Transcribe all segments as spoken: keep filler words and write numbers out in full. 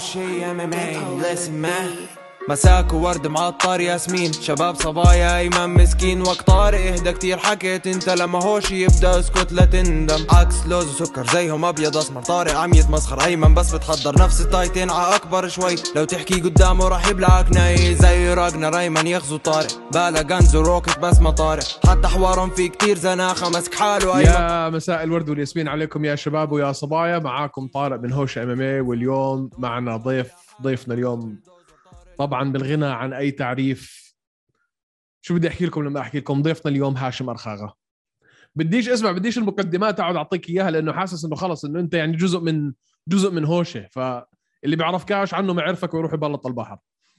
شي ام ام اي listen man. مساك وورد معطر ياسمين، شباب صبايا ايمن مسكين. وقت طارق اهدى كتير حكيت انت، لما هوش يبدا اسكت لا تندم. عكس لوز وسكر زيهم ابيض اسمر، طارق عم يتمسخر ايمن بس بتحضر نفس التايتين ع اكبر شوي. لو تحكي قدامه راح يبلعك ناي زي راجنر ايمن يغزو طارق. بالا غنز وروكت بس ما طارق، حتى حوارهم في كتير زناخه مسك حاله ايمن. يا مساء الورد والياسمين عليكم يا شباب ويا صبايا، معاكم طارق من هوش ام ام اي. واليوم معنا ضيف ضيفنا اليوم طبعا بالغنى عن اي تعريف. شو بدي احكي لكم لما احكي لكم ضيفنا اليوم هاشم ارخاغه؟ بديش اسمع بديش المقدمات اقعد اعطيك اياها، لانه حاسس انه خلص انه انت يعني جزء من جزء من هوشه، فاللي بيعرفكاش عنه ما عرفك ويروح يبلط البحر.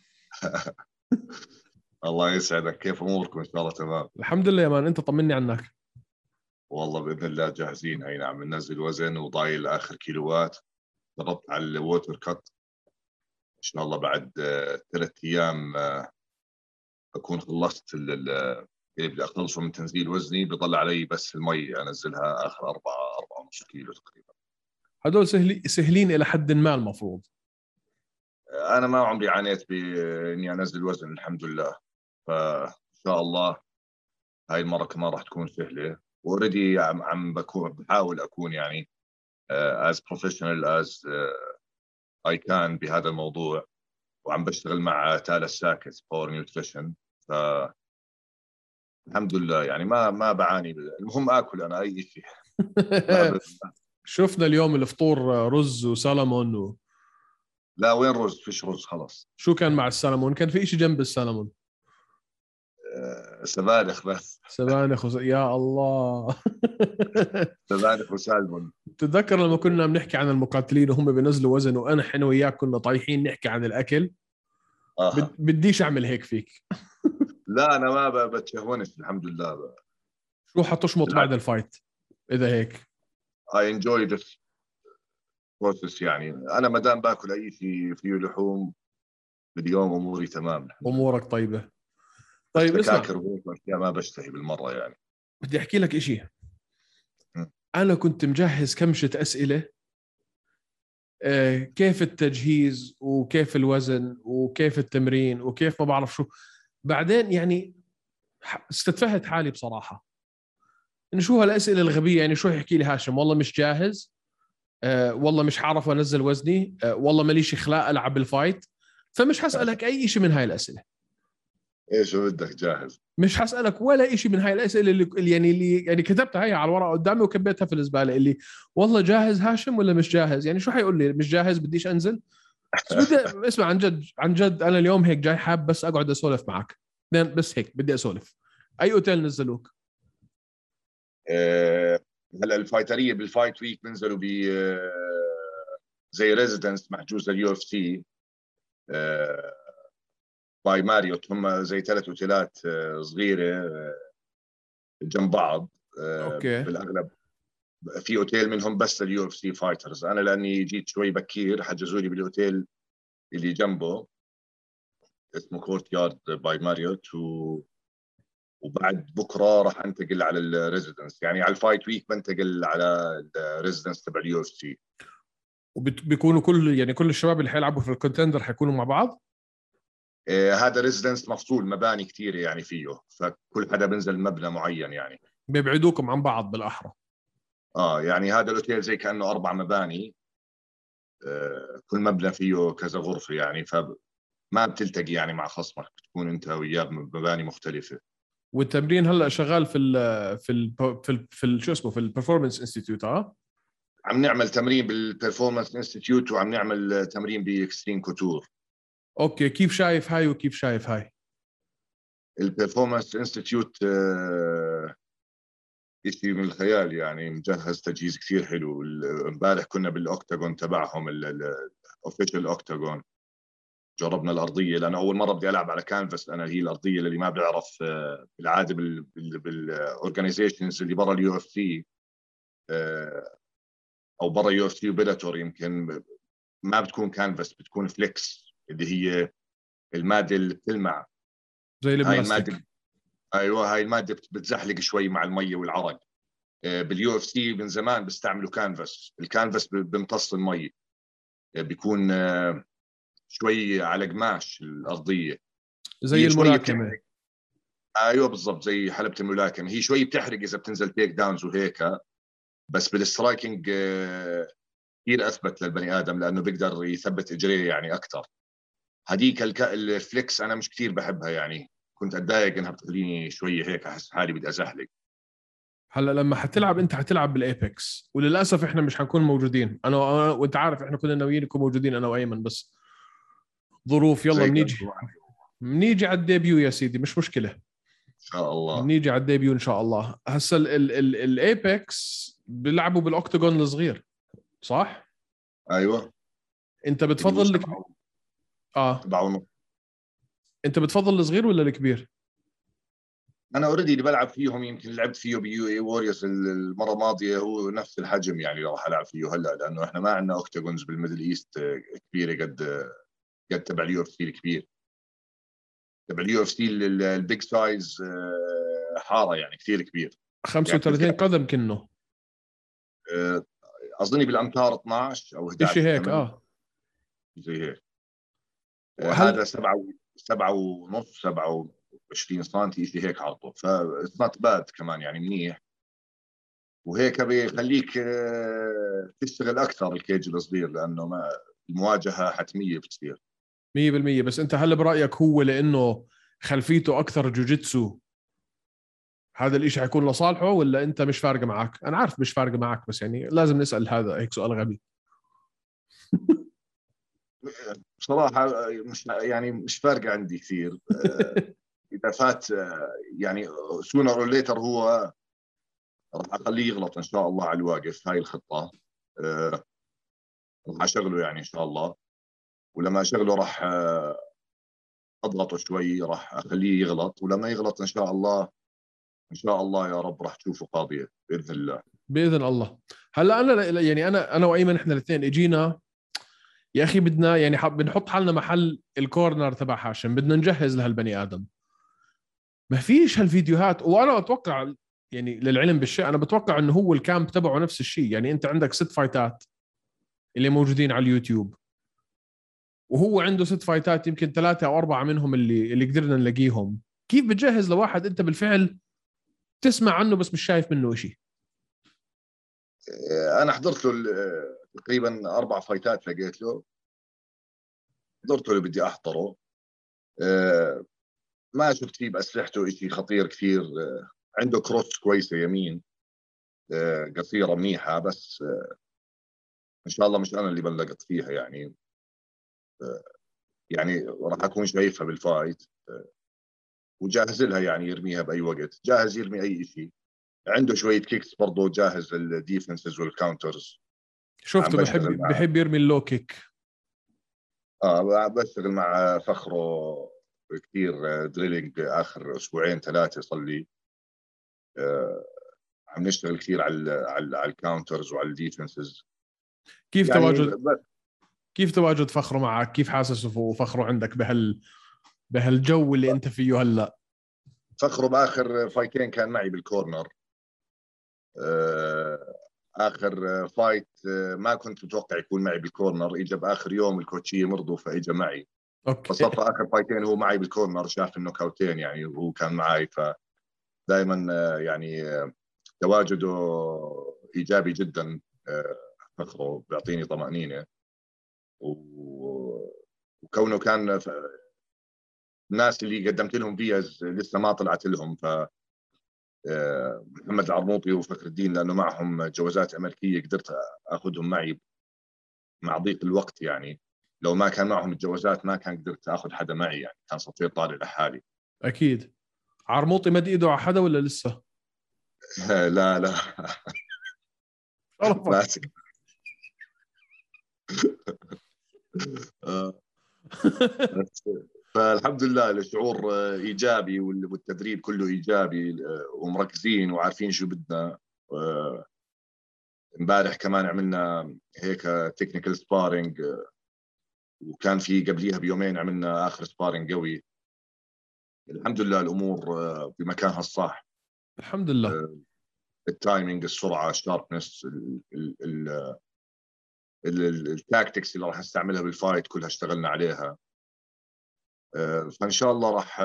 الله يسعدك، كيف اموركم؟ ان شاء الله تمام. الحمد لله يا مان، انت طمني عنك. والله باذن الله جاهزين. اي نعم، ننزل وزن وضايل اخر كيلوات. ضربت على الووتر كات ان شاء الله بعد ثلاث ايام آه، اكون خلصت ال- ال- اللي بدي اخلصه من تنزيل وزني. بضل علي بس المي انزلها اخر أربعة أربعة ونص كيلو تقريبا. هدول سهلي سهلين الى حد ما المفروض. آه، انا ما عمري عانيت باني انزل وزن الحمد لله، فان شاء الله هاي المره كمان راح تكون سهله. اوريدي عم عم بكون بحاول اكون يعني uh, as professional as uh, I can بهذا الموضوع، وعم بشتغل مع تالا ساكت باور نيوتريشن. ف الحمد لله يعني ما ما بعاني. المهم اكل انا اي شيء. لا ب... شفنا اليوم الفطور رز وسلمون و... لا وين رز؟ فيش رز خلص. شو كان مع السلمون؟ كان في إشي جنب السلمون؟ uh, سبانخ بس. سبانخ وس... يا الله. سبانخ وسالمون. تتذكر لما كنا بنحكي عن المقاتلين وهم بينزلوا وزن، وانا احنا وياك كنا طايحين نحكي عن الاكل. آه. بد... بديش اعمل هيك فيك. لا انا ما ب... بتشهونش الحمد لله. ب... شو حتشمط بعد الفايت اذا هيك؟ I enjoy this process. يعني انا ما دام باكل اي شيء فيه لحوم باليوم اموري تمام. امورك طيبه. طيب اسمع، تكاكر وهيك اشياء ما بشتهي بالمره يعني. بدي احكي لك إشي. م. انا كنت مجهز كمشة اسئله، آه، كيف التجهيز وكيف الوزن وكيف التمرين وكيف ما بعرف شو. بعدين يعني استتفهت حالي بصراحه انه شو هالاسئله الغبيه. يعني شو يحكي لي هاشم؟ والله مش جاهز، أه والله مش حعرف انزل وزني، أه والله ماليش اخلاق العب الفايت. فمش حسألك اي شيء من هاي الاسئله. ايش بدك جاهز؟ مش حسألك ولا شيء من هاي الاسئله اللي اللي يعني اللي يعني كتبتها هي على الورقه قدامي وكبيتها في الزباله، اللي والله جاهز هاشم ولا مش جاهز. يعني شو حيقول لي؟ مش جاهز بديش انزل. بس بدي اسمع عن جد عن جد، انا اليوم هيك جاي حاب بس اقعد اسولف معك بس هيك بدي اسولف. اي اوتيل نزلوك؟ أه هلا الفايتريه بالفايت ويك بنزلوا ب أه زي ريزيدنس محجوز لليو اف سي أه باي ماريوت. هم زي ثلاث اوتيلات أه صغيره أه جنب بعض. أه اوكي. بالاغلب في اوتيل منهم بس لليو اف سي فايترز. انا لاني جيت شوي بكير حجزوا لي بالاوتيل اللي جنبه اسمه كورت يارد باي ماريوت. و وبعد بكره راح انتقل على الريزيدنس. يعني على الفايت ويك بنتقل على الريزيدنس تبع اليو اف سي. وبيكونوا كل يعني كل الشباب اللي حيلعبوا في الكونتندر حيكونوا مع بعض؟ آه هذا ريزيدنس مفصول، مباني كثيره يعني فيه، فكل حدا بنزل مبنى معين يعني. بيبعدوكم عن بعض بالاحرى. اه يعني هذا الاوتيل زي كانه اربع مباني، آه كل مبنى فيه كذا غرفه يعني، فما بتلتقي يعني مع خصمك، بتكون انت وياه بمباني مختلفه. والتمرين هلا شغال في ال في ال في ال في ال شو اسمه في البرفورمانس انستيتيوت؟ اه عم نعمل تمرين بالبرفورمانس انستيتيوت وعم نعمل تمرين باكستريم كوتور. اوكي، كيف شايف هاي وكيف شايف هاي؟ البرفورمانس انستيتيوت آه شيء من الخيال يعني، مجهز تجهيز كثير حلو. امبارح كنا بالاوكتاجون تبعهم الاوفيشال اوكتاجون، جربنا الارضيه لانه اول مره بدي العب على كانفاس. انا هي الارضيه اللي ما بيعرف آه بالعاده بالاورجنايزيشنز اللي برا اليو اف سي آه او برا يو اف سي وبيلاتور يمكن ما بتكون كانفاس، بتكون فليكس اللي هي الماده اللي بتلمع زي هاي البلاستيك. الماده. ايوه هاي الماده بتزحلق شوي مع الميه والعرق. باليو اف سي من زمان بيستعملوا كانفاس. الكانفاس بيمتص المي، بيكون شوي على قماش الارضيه، زي الملاكمه. ايوه بالضبط زي حلبة الملاكمه، هي شوي بتحرق اذا بتنزل تيك داونز وهيك، بس بالسترايكنج كثير اثبت للبني ادم لانه بيقدر يثبت اجريه يعني اكثر. هذيك الك... الفليكس انا مش كثير بحبها، يعني كنت اتضايق انها بتخليني شوي هيك احس حالي بدي ازحلق. هلا لما حتلعب انت حتلعب بالايبكس، وللاسف احنا مش حنكون موجودين، انا وانت عارف احنا كنا ناويين نكون موجودين انا وايمن، بس ظروف. يلا بنيجي بنيجي على الديبيو يا سيدي، مش مشكله ان شاء الله. بنيجي على الديبيو ان شاء الله. هسا الايبكس بيلعبوا بالاوكتاجون الصغير صح؟ ايوه. انت بتفضل لك اه سبعة انت بتفضل الصغير ولا الكبير؟ انا اوريدي اللي بلعب فيهم يمكن لعبت فيه بيو اي ووريرز المره الماضيه هو نفس الحجم، يعني لو راح العب فيه هلا، لانه احنا ما عندنا اوكتاجونز بالميدل ايست كبيره قد قد تبع اليو اف سي الكبير. تبع اليو اف سي البيج سايز حاره يعني كثير كبير، خمسة وثلاثين يعني قدم كنه اظني بالامتار اثناشر او احد عشر شيء هيك اه زي هيك. وهل... هذا سبعة سبعة ونص سبعة وعشرين سنتي شيء هيك عرضه، فاتس نوت باد كمان يعني منيح، وهيك بيخليك تشتغل اكثر الكيج الصغير لانه ما المواجهه حتميه بتصير مية بالمية. بس انت هل برايك هو لانه خلفيته اكثر جوجيتسو هذا الاشي حيكون لصالحه، ولا انت مش فارقه معك؟ انا عارف مش فارقه معك، بس يعني لازم نسال هذا هيك سؤال غبي. بصراحه مش يعني مش فارقه عندي كثير. اذا فات يعني سونر اور ليتر هو راح اخليه يغلط ان شاء الله على الواقف، هاي الخطه. راح اشغله يعني ان شاء الله، ولما اشغله راح اضغطه شوي، راح اخليه يغلط، ولما يغلط ان شاء الله ان شاء الله يا رب راح تشوفوا قاضيه باذن الله. باذن الله. هلا انا يعني انا انا وايمن احنا الاثنين اجينا يا اخي بدنا يعني حب بنحط حالنا محل الكورنر تبع هاشم، بدنا نجهز لهالبني ادم. ما فيش هالفيديوهات، وانا اتوقع يعني للعلم بالشيء انا بتوقع انه هو الكامب تبعه نفس الشيء. يعني انت عندك ست فايتات اللي موجودين على اليوتيوب، وهو عنده ست فايتات يمكن ثلاثة او اربعة منهم اللي اللي قدرنا نلاقيهم. كيف بتجهز لواحد انت بالفعل تسمع عنه بس مش شايف منه شيء؟ انا حضرت له تقريبا اربع فايتات لقيت له، حضرت له بدي احضره. ما شفت فيه باسلحته شيء خطير كثير. عنده كروس كويسه يمين قصيره منيحه، بس ان شاء الله مش انا اللي بلقط فيها يعني. يعني راح اكون شايفها بالفايت وجاهز لها، يعني يرميها باي وقت، جاهز يرمي اي شيء. عنده شويه كيكس برضه جاهز للديفنسز والكاونترز. شفته بحب بحب يرمي اللو كيك. اه بشتغل مع فخره كثير دريلينج اخر اسبوعين ثلاثه صار لي. آه عم نشتغل كثير على على على الكاونترز وعلى الديفنسز. كيف يعني تواجد كيف تواجد فخره معك؟ كيف حاسس وفخره عندك بهال بهالجو اللي انت فيه هلا؟ فخره باخر فايتين كان معي بالكورنر. آه اخر فايت ما كنت متوقع يكون معي بالكورنر، اجى باخر يوم الكوتشيه مرضوا فاجى معي. اوكي. فصفى اخر فايتين هو معي بالكورنر، شاف النوكاوتين يعني وهو كان معي، فدائما يعني تواجده ايجابي جدا. فخره بيعطيني طمانينه، وكونه كان الناس اللي قدمت لهم فيز لسه ما طلعت لهم، ف محمد العرموطي وفخر الدين لانه معهم جوازات امريكيه قدرت اخذهم معي مع ضيق الوقت. يعني لو ما كان معهم الجوازات ما كان قدرت اخذ حدا معي، يعني كان صفيت طالع لحالي. اكيد. عرموطي مد ايده على حدا ولا لسه؟ لا لا ماسك. فالحمد لله الشعور ايجابي والتدريب كله ايجابي ومركزين وعارفين شو بدنا. امبارح كمان عملنا هيك تكنيكال سبارينج، وكان في قبليها بيومين عملنا اخر سبارينج قوي. الحمد لله الامور بمكانها الصح. الحمد لله. التايمينج، السرعه، الشاربنس، التاكتكس اللي راح نستعملها بالفايت كلها اشتغلنا عليها. فان شاء الله راح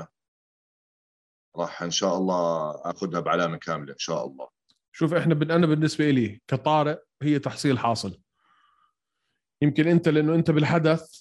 راح ان شاء الله اخذها بعلامه كامله ان شاء الله. شوف احنا بن... انا بالنسبه لي كطارق هي تحصيل حاصل. يمكن انت لانه انت بالحدث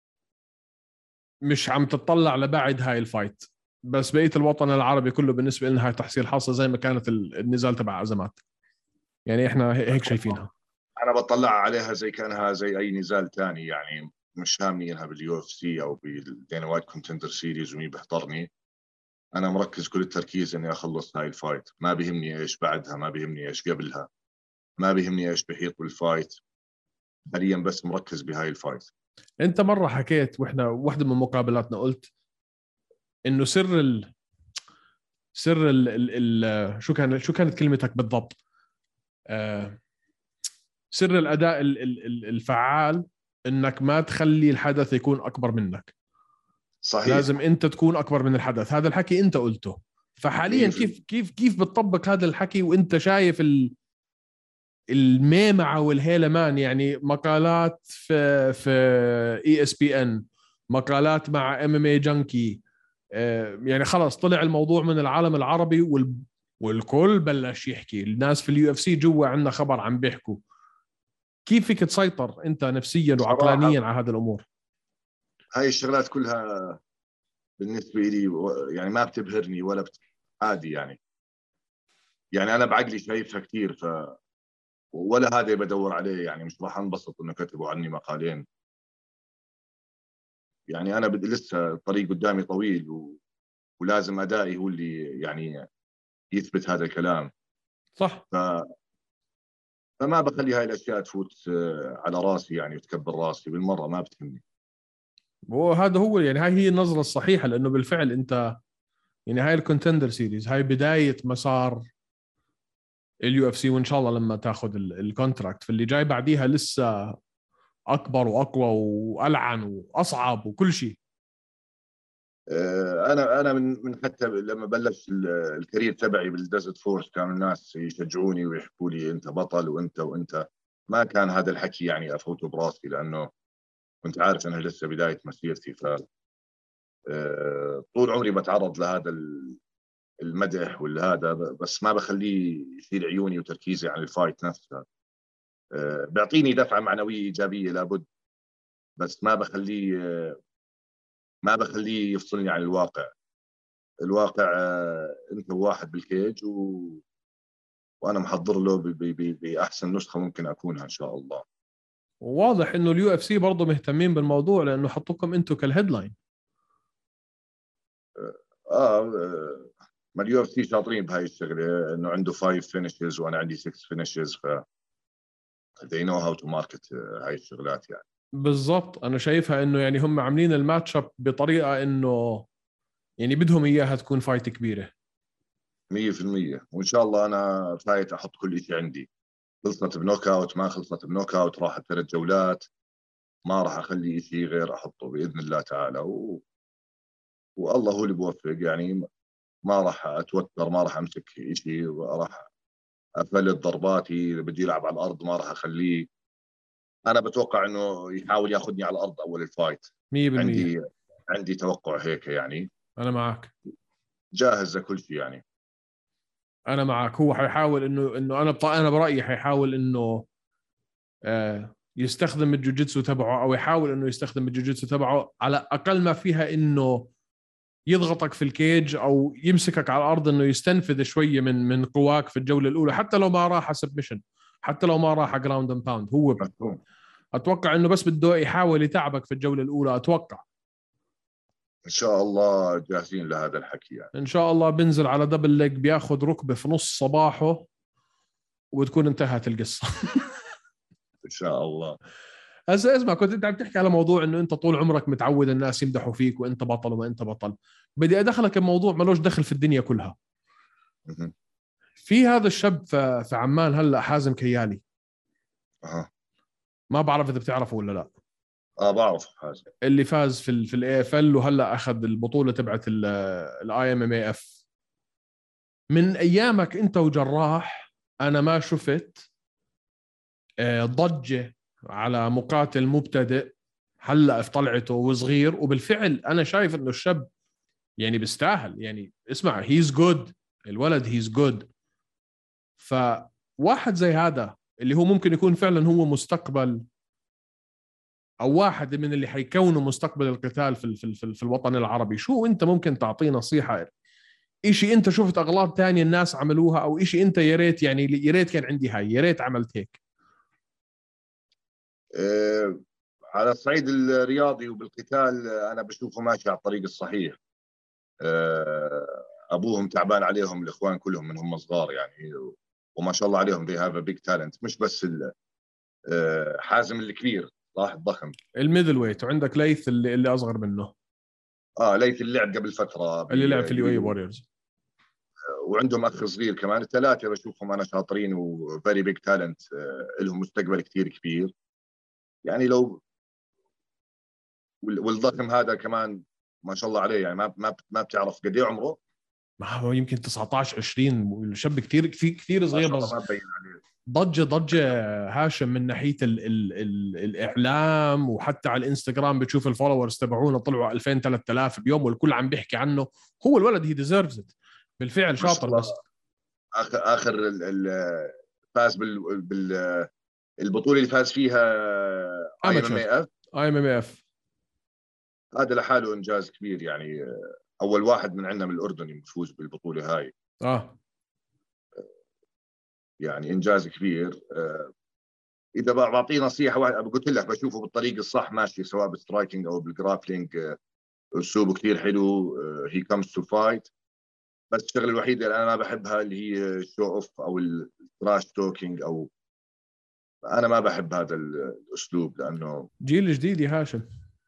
مش عم تطلع لبعد هاي الفايت، بس بقيه الوطن العربي كله بالنسبه لنا هاي تحصيل حاصل زي ما كانت النزال تبع ازمات. يعني احنا هيك شايفينها. انا بطلع عليها زي كانها زي اي نزال تاني، يعني مش هامني انها باليو اف سي او بالدينا وايت كونتندر سيريز ومين بيحضرني. انا مركز كل التركيز اني اخلص هاي الفايت، ما بيهمني ايش بعدها، ما بيهمني ايش قبلها، ما بيهمني ايش بحيط بالفايت، حاليا بس مركز بهاي الفايت. انت مره حكيت واحنا واحده من مقابلاتنا قلت انه سر ال سر ال ال ال شو كان شو كانت كلمتك بالضبط؟ آه سر الاداء ال ال الفعال انك ما تخلي الحدث يكون اكبر منك. صحيح. لازم انت تكون اكبر من الحدث. هذا الحكي انت قلته. فحاليا كيف كيف كيف بتطبق هذا الحكي وانت شايف ال الميمعة والهيلمان؟ يعني مقالات في في اي اس بي ان، مقالات مع ام ام اي جانكي، يعني خلاص طلع الموضوع من العالم العربي وال والكل بلش يحكي. الناس في اليو اف سي جوا عندنا خبر عم بيحكوا. كيف فيك تسيطر انت نفسيا وعقلانيا على هذه الامور؟ هاي الشغلات كلها بالنسبه لي يعني ما بتبهرني ولا بت... عادي يعني. يعني انا بعقلي شايفها كثير، ف ولا هذا بدور عليه، يعني مش راح انبسط انه كتبوا عني مقالين. يعني انا بدي لسه الطريق قدامي طويل و... ولازم ادائي هو اللي يعني يثبت هذا الكلام. صح. ف... فما بخلي هاي الاشياء تفوت على راسي يعني وتكبر راسي بالمره، ما بتهمني. وهذا هو يعني هاي هي النظرة الصحيحة، لأنه بالفعل أنت يعني هاي الكونتندر سيريز هاي بداية مسار اليو اف سي، وإن شاء الله لما تاخذ الكونتراكت في اللي جاي بعديها لسه أكبر وأقوى وألعن وأصعب وكل شيء. انا انا من من حتى لما بلش الكارير تبعي بالديزرت فورس كانوا الناس يشجعوني ويحكوا لي انت بطل وانت وانت. ما كان هذا الحكي يعني افوته براسي، لانه كنت عارف انها لسه بدايه مسيرتي. ف طول عمري بتعرض لهذا المدح والهذا، بس ما بخليه يشيل عيوني وتركيزي عن الفايت نفسها. بيعطيني دفعه معنويه ايجابيه لابد، بس ما بخليه ما بخليه يفصلني عن الواقع. الواقع انت واحد بالكيج و... وانا محضر له ب... ب... باحسن نسخه ممكن اكونها ان شاء الله. وواضح انه اليو اف سي برضه مهتمين بالموضوع لانه حطوكم انتم كالهيدلاين. اه ما اليو اف سي شاطرين بهاي الشغله، انه عنده فايف فينيشز وانا عندي سكس فينيشز، ف they know how to market هاي الشغلات يعني. بالضبط. انا شايفها انه يعني هم عاملين الماتش اب بطريقه انه يعني بدهم اياها تكون فايت كبيره مية بالمية. وان شاء الله انا فايت احط كل شيء عندي. خلصت بنوك اوت ما خلصت بنوك اوت، راحت ثلاث جولات، ما راح اخلي شيء غير احطه باذن الله تعالى. و... والله هو اللي بوفق يعني. ما راح اتوتر، ما راح امسك شيء، راح افلت ضرباتي. اذا بدي يلعب على الارض ما راح اخليه. انا بتوقع انه يحاول ياخذني على الارض اول الفايت. مية بالمية. عندي عندي توقع هيك يعني. انا معك. جاهز لكل شيء يعني. انا معك. هو حيحاول انه انه انا انا برايي حيحاول انه آه يستخدم الجوجيتسو تبعه، او يحاول انه يستخدم الجوجيتسو تبعه على اقل ما فيها انه يضغطك في الكيج او يمسكك على الارض، انه يستنفذ شويه من من قواك في الجوله الاولى، حتى لو ما راح سبمشن، حتى لو ما راح جراوند اند باوند. هو مفهوم. اتوقع انه بس بده يحاول يتعبك في الجوله الاولى. اتوقع ان شاء الله جاهزين لهذا الحكي يعني. ان شاء الله بنزل على دبل ليج بياخذ ركبه في نص صباحه وبتكون انتهت القصه. ان شاء الله. هسه اسمع، كنت انت عم تحكي على موضوع انه انت طول عمرك متعود الناس يمدحوا فيك وانت بطل وما انت بطل. بدي ادخلك الموضوع ملوش دخل في الدنيا كلها. م- في هذا الشاب في في عمان هلا، حازم كيالي. اها. ما بعرف اذا بتعرفه ولا لا. اه بعرف حازم. اللي فاز في ال في الاي اف ال وهلا اخذ البطوله تبعت الاي ام ام اي اف. من ايامك انت وجراح انا ما شفت ضجه على مقاتل مبتدئ هلا في طلعته وصغير، وبالفعل انا شايف انه الشاب يعني بيستاهل. يعني اسمع، هيز جود الولد، هيز جود. فواحد زي هذا اللي هو ممكن يكون فعلا هو مستقبل، او واحد من اللي حيكونوا مستقبل القتال في في في, في الوطن العربي، شو انت ممكن تعطيه نصيحه؟ إشي انت شفت اغلاط تانية الناس عملوها، او إشي انت يا ريت يعني يا ريت كان عندي هاي، يا ريت عملت هيك. آه، على الصعيد الرياضي وبالقتال آه، انا بشوفه ماشي على الطريق الصحيح. آه، ابوهم تعبان عليهم، الاخوان كلهم من هم صغار يعني، وما شاء الله عليهم they have a big talent. مش بس آه، حازم الكبير صح الضخم، الميدل ويت، وعندك ليث اللي, اللي اصغر منه، اه ليث اللي لعب قبل فتره اللي لعب في اليو اي بيو، ووريرز. وعندهم اخ صغير كمان. الثلاثه بشوفهم انا شاطرين وفيري بيج تالنت، لهم مستقبل كثير كبير يعني. لو والضخم هذا كمان ما شاء الله عليه يعني، ما ما ما بتعرف قد ايه عمره. ما هو يمكن تسعة عشر عشرين، شاب كثير كثير كثير ما صغير، شاء الله بس ما بين عليه. ضجه ضجه هاشم من ناحيه ال ال ال الاعلام، وحتى على الانستغرام بتشوف الفولورز تبعونا طلعوا ألفين ثلاثة آلاف بيوم، والكل عم بيحكي عنه. هو الولد هي ديزيرفز ات، بالفعل ما شاء شاطر. الله. بس اخر اخر ال- ال- فاز بال بال- البطوله اللي فاز فيها اي ام ام اماتشر، اي اف، اي ام ام اف. هذا لحاله انجاز كبير يعني. اول واحد من عندنا من الاردن يفوز بالبطوله هاي، اه يعني انجاز كبير. اذا بعطيه نصيحه واحد، قلت لك بشوفه بالطريق الصح ماشي، سواء بالسترايكنج او بالجرابلينج. اسلوبه كثير حلو، هي كمز تو فايت. بس الشغله الوحيده اللي انا ما بحبها اللي هي شو اوف او التراش توكينج، او انا ما بحب هذا الاسلوب لانه جيل جديد يا هاشم،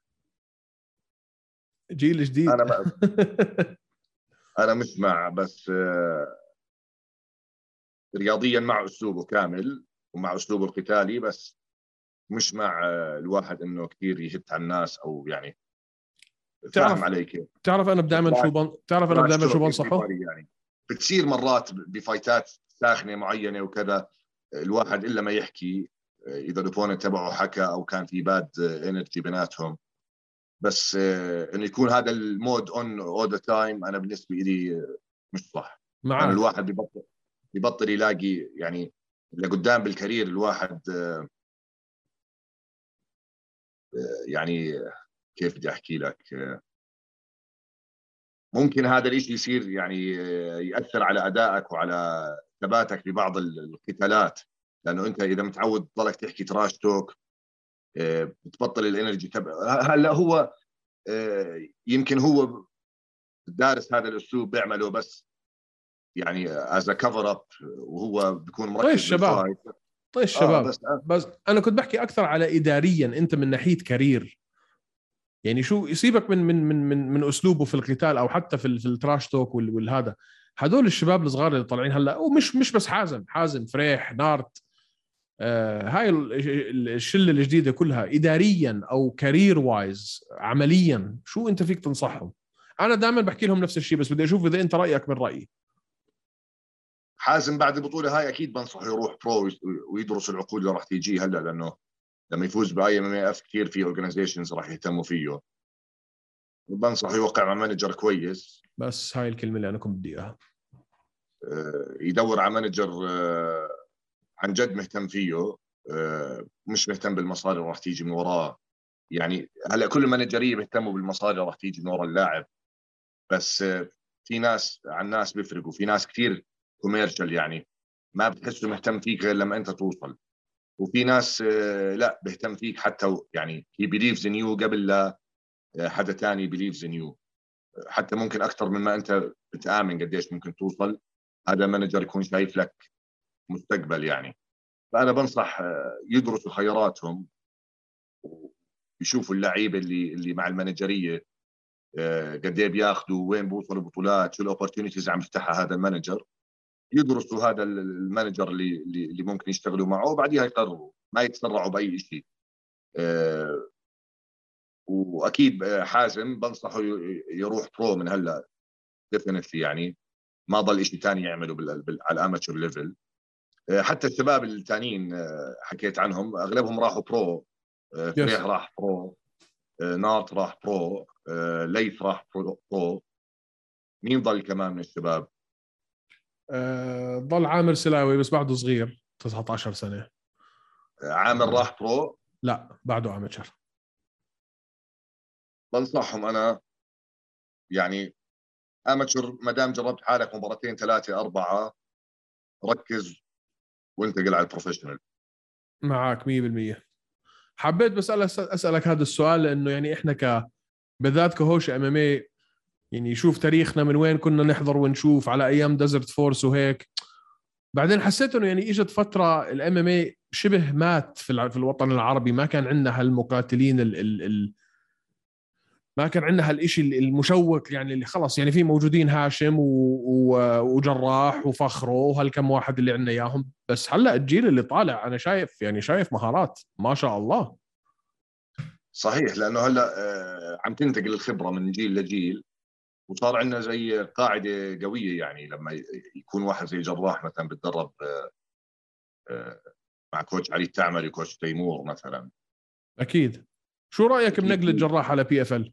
جيل جديد. انا ما انا مش مع، بس آه، رياضيا مع اسلوبه كامل ومع اسلوبه القتالي، بس مش مع آه، الواحد انه كثير يهت على الناس او يعني، فاهم تعرف علي كيف؟ تعرف انا دائما شو بن... تعرف انا تراش دائما شو توك بنصحه. everybody يعني. بتصير مرات بفايتات ساخنه معينه وكذا، الواحد الا ما يحكي اذا الاوبوننت تبعه حكى او كان في باد انرجي بيناتهم. بس آه، انه يكون هذا المود اون اول ذا تايم، انا بالنسبه لي آه، مش صح. لانه يعني معك. الواحد ببطل ببطل يلاقي يعني لقدام بالكارير الواحد آه، يعني كيف بدي احكي لك، آه، ممكن هذا الشيء يصير يعني آه، ياثر على ادائك وعلى ثباتك في بعض القتالات. لانه انت اذا متعود تضلك تحكي تراش توك آه، بتبطل الانرجي تبع. هلا هو آه، يمكن هو دارس هذا الاسلوب بيعمله بس يعني از كفر اب، وهو بيكون طيب مركز الشباب، بالفايت. طيب اه الشباب، بس آه بس انا كنت بحكي اكثر على اداريا، انت من ناحيه كارير. يعني شو يسيبك من من من من, من اسلوبه في القتال، او حتى في ال- في التراش توك وال- والهذا. هدول الشباب الصغار اللي طالعين هلا، ومش مش بس حازم حازم فريح نارت، آه هاي ال- ال- الشله الجديده كلها، اداريا او كارير وايز عمليا، شو انت فيك تنصحهم؟ انا دائما بحكي لهم نفس الشيء، بس بدي اشوف اذا انت رايك من رايي. حازم بعد البطوله هاي اكيد بنصحه يروح برو ويدرس العقود اللي راح تيجي هلا، لانه لما يفوز باي ام ام اف كثير في اورجنايزيشنز راح يهتموا فيه. بنصحه يوقع مع مانجر كويس، بس هاي الكلمه اللي انا كنت بدي اياها. آه، يدور على مانجر آه، عن جد مهتم فيه، آه، مش مهتم بالمصاري اللي راح تيجي من وراه. يعني هلا كل المانجريه بيهتموا بالمصاري اللي راح تيجي من ورا اللاعب، بس آه، في ناس عن ناس بيفرقوا. في ناس كثير كوميرشال يعني، ما بتحسه مهتم فيك غير لما انت توصل. وفي ناس آه، لا بيهتم فيك حتى يعني هي بيليفز ان يو قبل لا آه، حدا تاني بيليفز ان يو، حتى ممكن اكثر من ما انت بتآمن قديش ممكن توصل. هذا مانجر يكون شايف لك مستقبل يعني. فانا بنصح آه، يدرسوا خياراتهم ويشوفوا اللعيبه اللي اللي مع المانجريه آه، قد ايه بياخذوا، وين بوصلوا بطولات، شو الاوبورتونيتيز عم يفتحها هذا المانجر. يدرسوا هذا المانجر اللي اللي ممكن يشتغلوا معه، وبعديها يقرروا، ما يتسرعوا باي شيء. آه، واكيد آه، حازم بنصحه يروح برو من هلا ديفنتلي يعني، ما ضل شيء ثاني يعمله بال... بال... على الاماتشر ليفل. حتى الشباب الثانيين حكيت عنهم اغلبهم راحوا برو. فريح راح برو، نارت راح برو، ليث راح برو. مين ضل كمان من الشباب؟ أه ضل عامر سلاوي بس بعده صغير تسعة عشر سنة. عامر راح برو؟ لا بعده اماتشر. بنصحهم انا يعني اماتشر، ما دام جربت حالك مباراتين ثلاثة أربعة ركز وانتقل على البروفيشنال. معك مية بالمية. حبيت بس أسألك هذا السؤال لأنه يعني إحنا ك بالذات كهوش ام ام اي يعني شوف تاريخنا من وين كنا نحضر ونشوف على أيام ديزرت فورس وهيك. بعدين حسيت إنه يعني إجت فترة الام ام اي شبه مات في في الوطن العربي. ما كان عندنا هالمقاتلين ال ال ال ما كان عندنا هالإشي المشوق يعني اللي خلص يعني في موجودين هاشم و... و... وجراح وفخرو وهالكم واحد اللي عندنا إياهم. بس هلأ الجيل اللي طالع أنا شايف يعني شايف مهارات ما شاء الله. صحيح، لأنه هلأ عم تنتقل الخبرة من جيل لجيل، وصار عندنا زي قاعدة قوية. يعني لما يكون واحد زي جراح مثلا بتدرب مع كوتش علي التعمري وكوتش تيمور مثلا. أكيد. شو رأيك أكيد. بنقل الجراح على بي اف ال؟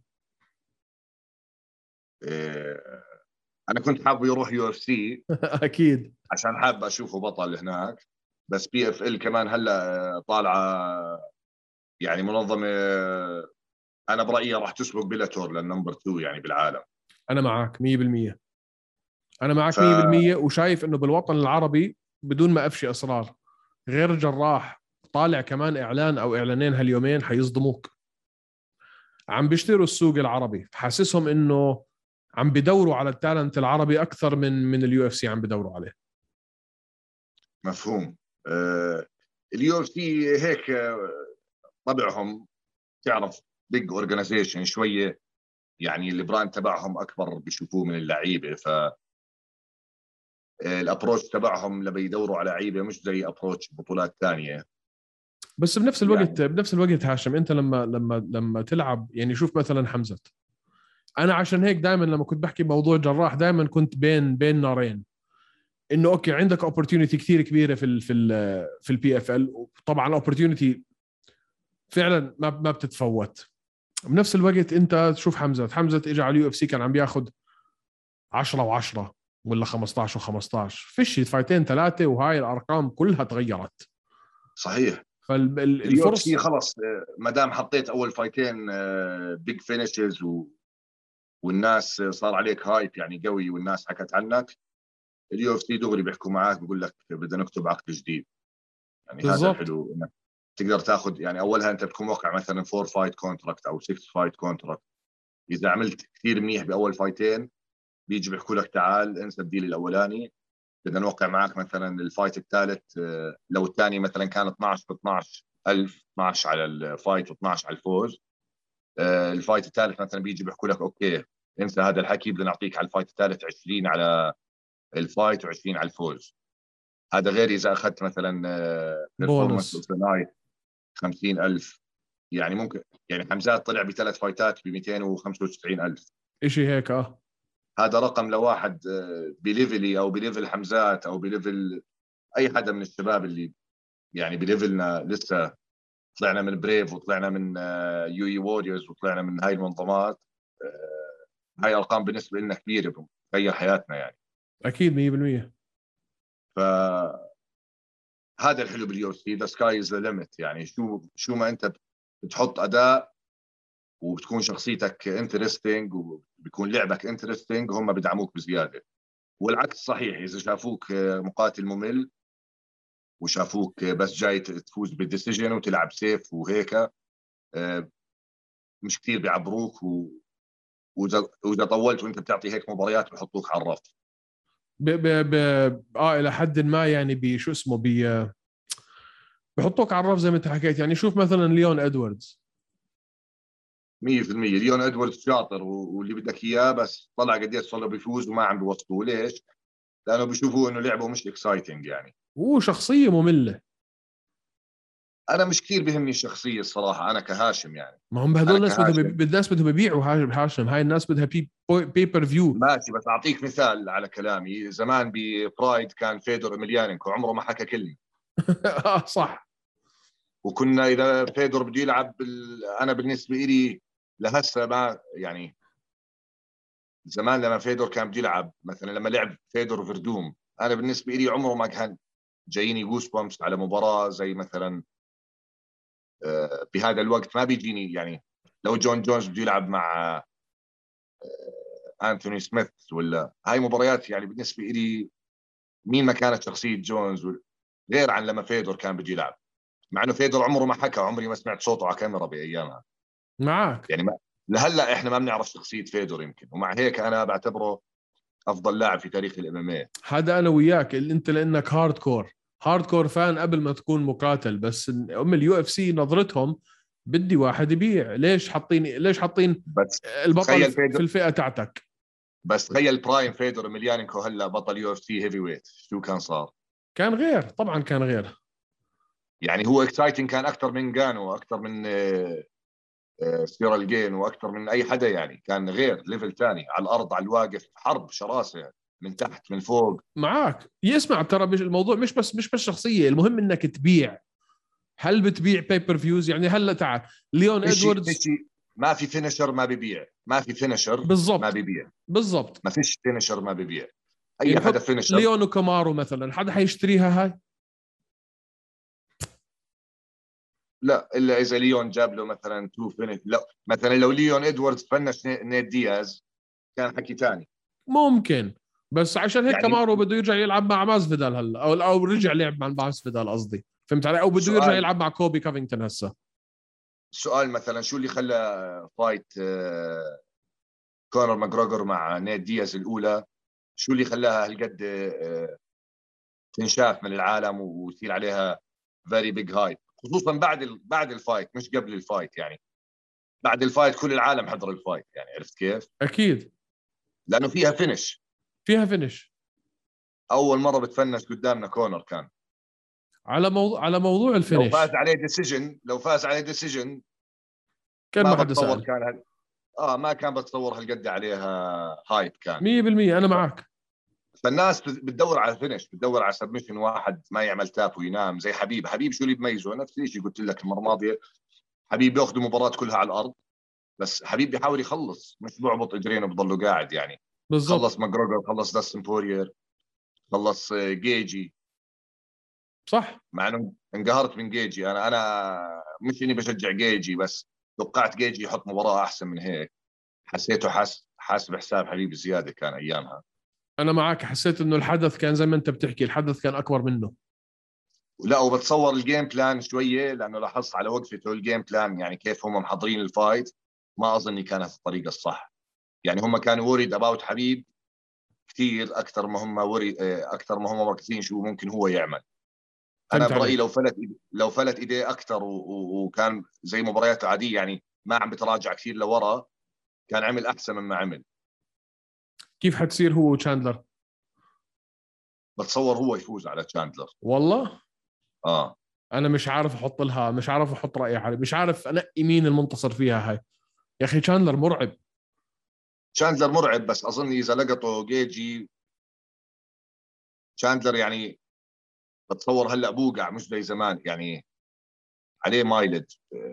أنا كنت حابب يروح يو اف سي أكيد عشان حابب أشوفه بطل هناك، بس بي اف ال كمان هلا طالعة يعني منظمة أنا برأيي راح تسبق بيلاتور للنمبر اثنين يعني بالعالم. أنا معك مية بالمية. أنا معك ف... مية بالمية وشايف إنه بالوطن العربي بدون ما أفشي أسرار غير جراح طالع كمان إعلان أو إعلانين هاليومين حيصدموك. عم بيشتروا السوق العربي. حاسسهم إنه عم بدوروا على التالنت العربي أكثر من من اليو اف سي عم بدوروا عليه. مفهوم. آه... اليو اف سي هيك طبعهم تعرف بيج اورجانيزيشن شويه، يعني البراند تبعهم اكبر بيشوفوه من اللعيبه، ف الابروتش تبعهم لما يدوروا على لعيبه مش زي ابروتش بطولات ثانيه. بس بنفس الوقت يعني. بنفس الوقت هاشم انت لما لما لما تلعب يعني شوف مثلا حمزه. انا عشان هيك دائما لما كنت بحكي موضوع جراح دائما كنت بين بين نارين. انه اوكي عندك اوبورتونيتي كثير كبيره في ال في ال في البي اف ال. طبعا اوبورتونيتي فعلا ما ما بتتفوت. بنفس الوقت انت تشوف حمزه حمزه اجى على اليو اف سي كان عم بياخذ عشرة و10 ولا خمسطعش و15 فيش فايتين ثلاثه وهاي الارقام كلها تغيرت. صحيح. اليو اف سي فالفرص خلص ما دام حطيت اول فايتين بيج فينيشز و... والناس صار عليك هايب يعني قوي والناس حكت عنك، اليو اف سي دغري بيحكوا معك بيقول لك بدنا نكتب عقد جديد. يعني هذا بالضبط. الحلو انك تقدر تاخذ يعني اولها انت بتكون موقع مثلا فور فايت كونتراكت او ستة فايت كونتراكت. اذا عملت كثير منيح باول فايتين بيجي بيحكوا لك تعال انسى الديل الاولاني، بدنا نوقع معك مثلا الفايت الثالث. لو الثاني مثلا كان اثناشر ب اثناشر ألف، اثناشر على الفايت و12 على الفوز، الفايت الثالث مثلا بيجي بيحكوا لك اوكي انسى هذا الحكي بدنا نعطيك على الفايت الثالث عشرين على الفايت و20 على الفوز. هذا غير اذا اخذت مثلا بيرفورمانس اوف ذا نايت خمسين ألف. يعني ممكن يعني حمزات طلع بثلاث فايتات ب مئتين وخمسة وتسعين ألف إشي هيك اه. هذا رقم لواحد بليفلي او بليفل حمزات او بليفل اي حدا من الشباب اللي يعني بليفلنا لسه طلعنا من بريف وطلعنا من يو اي ووريرز وطلعنا من هاي المنظمات. هاي ارقام بالنسبه لنا كبيره بتغير حياتنا يعني. اكيد مية بالمية. ف هذا الحلو باليو سي، ذا سكاي از ذا ليميت. يعني شو شو ما انت بتحط اداء وبتكون شخصيتك انترستينج وبيكون لعبك انترستينج هم بدعموك بزياده. والعكس صحيح، اذا شافوك مقاتل ممل وشافوك بس جاي تفوز بالديسيجن وتلعب سيف وهيك مش كثير بيعبروك، واذا طولت وانت بتعطي هيك مباريات بحطوك على الرف. ب ب ب اه الى حد ما يعني بشو اسمه بي بحطوك على الرف زي ما انت حكيت. يعني شوف مثلا ليون ادواردز مية بالمية ليون ادواردز شاطر واللي بدك اياه، بس طلع قديش صار بيفوز وما عم بيوصلوا. ليش؟ لانه بيشوفوا انه لعبه مش اكسايتنج يعني. وشخصيه ممله. انا مش كثير بهمني الشخصيه الصراحه، انا كهاشم يعني. ما هم هذول أنا الناس بدهم كهاشم. الناس بدهم يبيعوا هاشم هاشم هاي الناس بدها بي بيبر فيو. ماشي، بس اعطيك مثال على كلامي. زمان ببرايد كان فيدور إيميليانينكو عمره ما حكى كلمه. اه صح. وكنا اذا فيدور بده يلعب بال... انا بالنسبه لي لهسه ما يعني، زمان لما فيدور كان بده يلعب مثلا، لما لعب فيدور فردوم، انا بالنسبه لي عمره ما كان جاييني جوس بامس على مباراه زي مثلا آه، بهذا الوقت ما بيجيني يعني. لو جون جونز بده يلعب مع آه، انثوني سميث ولا هاي مباريات، يعني بالنسبه لي مين ما كانت شخصيه جونز غير عن لما فيدور كان بده يلعب. مع انه فيدور عمره ما حكى، عمري ما سمعت صوته على كاميرا بايامها معك. يعني. ما لهلا احنا ما بنعرف شخصيه فيدور يمكن، ومع هيك انا بعتبره افضل لاعب في تاريخ الام ام اي. هذا انا وياك اللي انت لانك هارد كور هارد كور فان قبل ما تكون مقاتل، بس ام اليو اف سي نظرتهم بدي واحد يبيع. ليش حاطين ليش حاطين بس البطل تخيل في فيدور، الفئه تاعتك؟ بس تخيل برايم فيدور إيميليانينكو هلا بطل يو اف سي هيفي ويت، شو كان صار؟ كان غير، طبعا كان غير. يعني هو اكسايتنج كان اكثر من جانو واكثر من آه، آه، سيرال جين واكثر من اي حدا يعني. كان غير ليفل ثاني على الارض، على الواقف، حرب شراسه يعني. من تحت من فوق. معك. يسمع ترى مش الموضوع مش بس مش بس شخصيه، المهم انك تبيع. هل بتبيع بيبر فيوز؟ يعني هلا تعال ليون فيش ادواردز. فيش ما في فينشر ما ببيع، ما في فينشر ما بالضبط ببيع، بالضبط. ما فيش فينشر ما ببيع. اي يعني حدا حط فينشر. ليون وكامارو مثلا، حدا حيشتريها هاي؟ لا الا اذا ليون جاب له مثلا تو فينش. لا مثلا لو ليون ادواردز فنش نيت دياز كان حكي ثاني ممكن. بس عشان هيك يعني. كامارو بده يرجع يلعب مع ماسفيدال هلا، او او رجع لعب مع ماسفيدال قصدي، فهمت علي؟ او بده يرجع سؤال يلعب مع كوبي كافينغتون هسه. سؤال مثلا شو اللي خلى فايت آه، كونر ماجروجر مع نيت دياز الاولى، شو اللي خلاها هالقد آه، تنشاف من العالم ويصير عليها فيري بيج هايب، خصوصا بعد ال... بعد الفايت مش قبل الفايت يعني. بعد الفايت كل العالم حضر الفايت يعني، عرفت كيف؟ اكيد لانه فيها فينش. فيها فينش. اول مره بتفنش قدامنا كونر كان. على موضوع على موضوع لو فاز الفينش عليه ديسيجن لو فاز عليه ديسيجن كان ما ما حدا بتصور سأل. كان هال... اه ما كان بتصور هالقد عليها هايب كان. مية بالمية انا معك. فالناس بتدور على فينش، بتدور على سبمشن واحد ما يعمل تاب وينام زي حبيب. حبيب شو اللي بميزه؟ نفس الشيء قلت لك المره الماضيه، حبيب بياخذ مباراه كلها على الارض، بس حبيب بيحاول يخلص، مش بعبط اجرين وبضله قاعد يعني. بالضبط. خلص ماجروجر، خلص داستن بورير، خلص آه، جيجي. صح. مع انه انقهرت من جيجي. انا انا مش اني بشجع جيجي، بس توقعت جيجي يحط مباراه احسن من هيك. حسيته حاس حاسب حساب حبيب زياده كان ايامها. انا معك، حسيت انه الحدث كان زي ما انت بتحكي، الحدث كان اكبر منه. لا وبتصور الجيم بلان شويه، لانه لاحظت على وقفته الجيم بلان يعني كيف هم محضرين الفايت. ما اظني كانت الطريقه الصح. يعني هم كانوا وريد اباوت حبيب كثير اكثر ما هم وري اكثر ما هم مركزين شو ممكن هو يعمل. انا فهمت برايي عليك. لو فلت لو فلت ايديه اكثر وكان زي مبارياته عاديه يعني، ما عم بتراجع كثير لورا، كان عمل احسن مما عمل. كيف حتصير هو وتشاندلر؟ بتصور هو يفوز على تشاندلر. والله اه انا مش عارف احط لها، مش عارف احط رايي عليه، مش عارف انقي مين المنتصر فيها هاي. يا اخي تشاندلر مرعب. تشاندلر مرعب، بس اظن اذا لقطه جيجي تشاندلر يعني، بتصور هلا بوقع مش زي زمان يعني، عليه مايلج.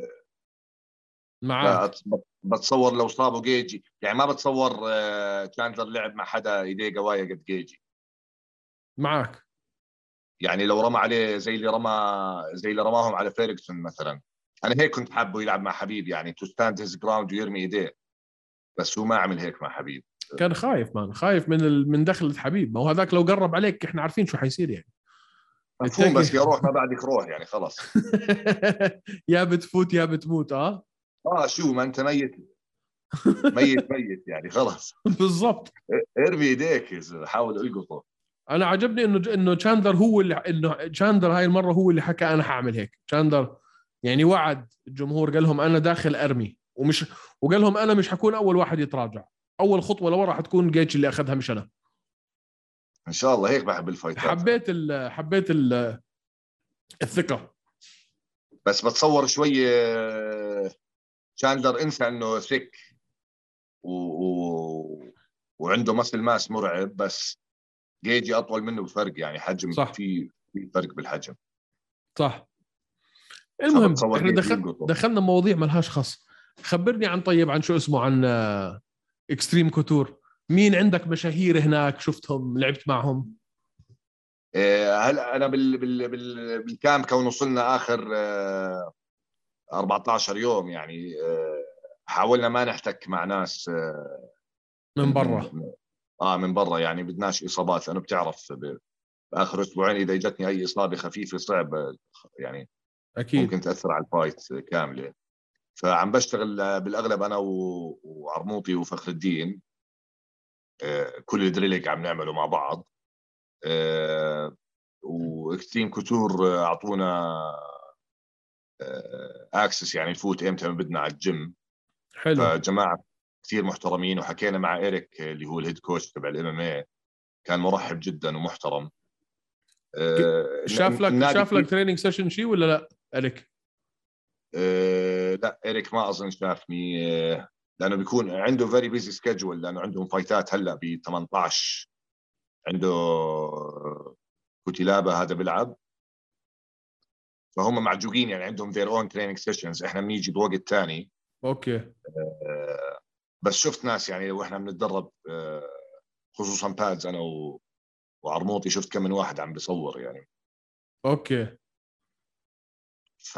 معك. بتصور لو صابوا جيجي يعني، ما بتصور آه، تشاندلر لعب مع حدا ايديه قوايه قد جيجي. معك. يعني لو رمى عليه زي اللي رمى زي اللي رماهم على فيرجسون مثلا. انا هيك كنت حابه يلعب مع حبيب يعني، تو ستاند هيز جراوند ويرمي ايديه، بس هو ما عمل هيك مع حبيب. كان خايف مان، خايف من ال... من دخلة حبيب. ما هو هذاك لو قرب عليك احنا عارفين شو حيصير يعني. مفهوم، التاكي. بس يا روح ما بعدك روح يعني خلص. يا بتفوت يا بتموت. اه اه شو ما انت ميت، ميت ميت يعني خلص. بالضبط. ارمي ايديك، حاول القطه. انا عجبني انه انه تشاندلر هو اللي انه تشاندلر هاي المره هو اللي حكى انا حاعمل هيك. تشاندلر يعني وعد الجمهور، قال لهم انا داخل ارمي، ومش وقال لهم انا مش حكون اول واحد يتراجع، اول خطوه لورا حتكون جيتش اللي اخذها مش انا. ان شاء الله هيك بحب الفايتات. حبيت ال حبيت ال الثقه. بس بتصور شويه شاندلر انسى انه ثيك و... و... وعنده مسل ماس مرعب، بس جيجي اطول منه بفرق يعني حجم، صح. في في فرق بالحجم. صح. المهم فبتصور احنا جيجي دخل يلقطه. دخلنا مواضيع ما لهاش خص. خبرني عن طيب عن شو اسمه عن اكستريم كوتور. مين عندك مشاهير هناك شفتهم لعبت معهم؟ هلا انا بال بال بال بالكامب كون وصلنا اخر آه، أربعة عشر يوم يعني، آه، حاولنا ما نحتك مع ناس آه، من برا. اه من برا يعني، بدناش اصابات، لانه بتعرف باخر اسبوعين اذا اجتني اي اصابه خفيفه صعب يعني اكيد. ممكن تاثر على الفايت كامله. فعم بشتغل بالاغلب انا و- وعرموطي وفخر الدين، آه، كل الدريلينج عم نعمله مع بعض. آه، واكستريم كوتور اعطونا اكسس يعني نفوت امتى ما بدنا على الجيم. حلو. فجماعه كثير محترمين، وحكينا مع إيريك اللي هو الهيد كوتش تبع الام ام اي، كان مرحب جدا ومحترم. آه، شاف لك النادي شاف لك كثير تريننج سيشن شيء ولا لا إليك؟ آه، لا إيريك ما اظن شافني، آه، لانه بيكون عنده فيري بيزي سكجول، لانه عندهم فايتات هلا ب ثمانية عشر. عنده كوتيلابا هذا بيلعب، فهم معجوقين يعني عندهم their own training sessions. احنا بنيجي بوقت ثاني. اوكي. آه، بس شفت ناس يعني واحنا بنتدرب، آه، خصوصا بادز انا و- وعرموطي، شفت كم من واحد عم بيصور يعني. اوكي. ف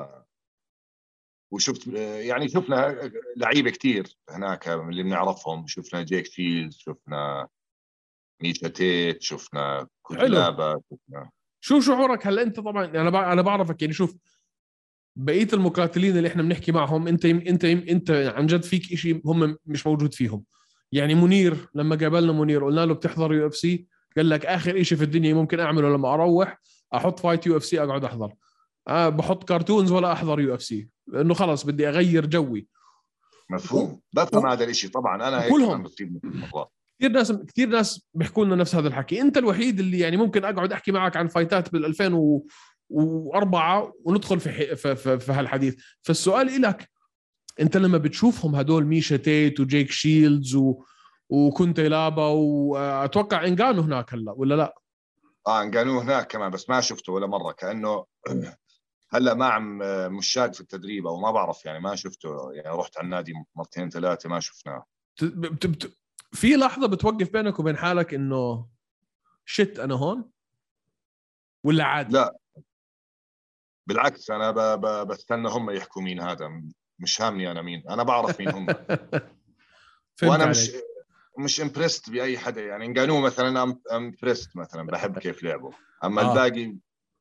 وشفت آه، يعني شفنا لعيبه كثير هناك من اللي بنعرفهم، شفنا جيك شيلز، شفنا ميشا تيت، شفنا حلو. كوتيلابا، شفنا شو شعورك هلا انت؟ طبعا انا بع- انا بعرفك يعني. شوف بقيه المقاتلين اللي احنا بنحكي معهم، انت يم انت يم انت عن جد فيك شيء هم مش موجود فيهم. يعني منير لما قابلنا منير قلنا له بتحضر يو اف سي، قال لك اخر شيء في الدنيا ممكن اعمله لما اروح احط فايت يو اف سي اقعد احضر. أه بحط كرتونز ولا احضر يو اف سي، لانه خلص بدي اغير جوي. و... مفهوم. بفهم و... هذا الشيء طبعا، انا هيك كمان وكلهم بتصيب مرات. كثير ناس كثير ناس بيحكوا لنا نفس هذا الحكي. انت الوحيد اللي يعني ممكن اقعد احكي معك عن فايتات بال ألفين وأربعة وندخل في حي... في, في, في هالحديث. فالسؤال لك، انت لما بتشوفهم هدول ميشا تيت وجيك شيلدز و... وكنت لابا، واتوقع انجانو هناك هلا ولا لا؟ اه انقانوه هناك كمان، بس ما شفته ولا مره، كانه هلا ما عم مشاد في التدريب او ما بعرف يعني، ما شفته يعني. رحت على النادي مرتين ثلاثه ما شفناه. بت... بت... في لحظه بتوقف بينك وبين حالك انه شت انا هون، ولا عادي؟ لا بالعكس، انا ب... ب... بستنى هم يحكوا مين هذا، مش هامني انا مين، انا بعرف مين هم. فهمت وانا مش عليك. مش امبرست باي حدا يعني. انقانوه مثلا امبرست مثلا، بحب كيف لعبه. اما اه الباقي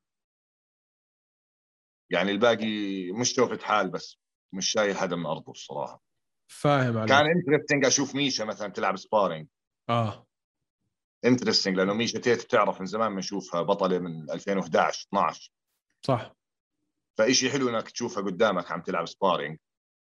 يعني، الباقي مش شوفة حال، بس مش شايل حدا من ارضه الصراحه. فاهم كان عليك. انترستنج اشوف ميشا مثلا تلعب سبارينج، اه انترستنج، لانه ميشا تيت بتعرف من زمان بنشوفها بطله من ألفين وإحدى عشر اثناشر. صح. فإشي حلو انك تشوفها قدامك عم تلعب سبارينج.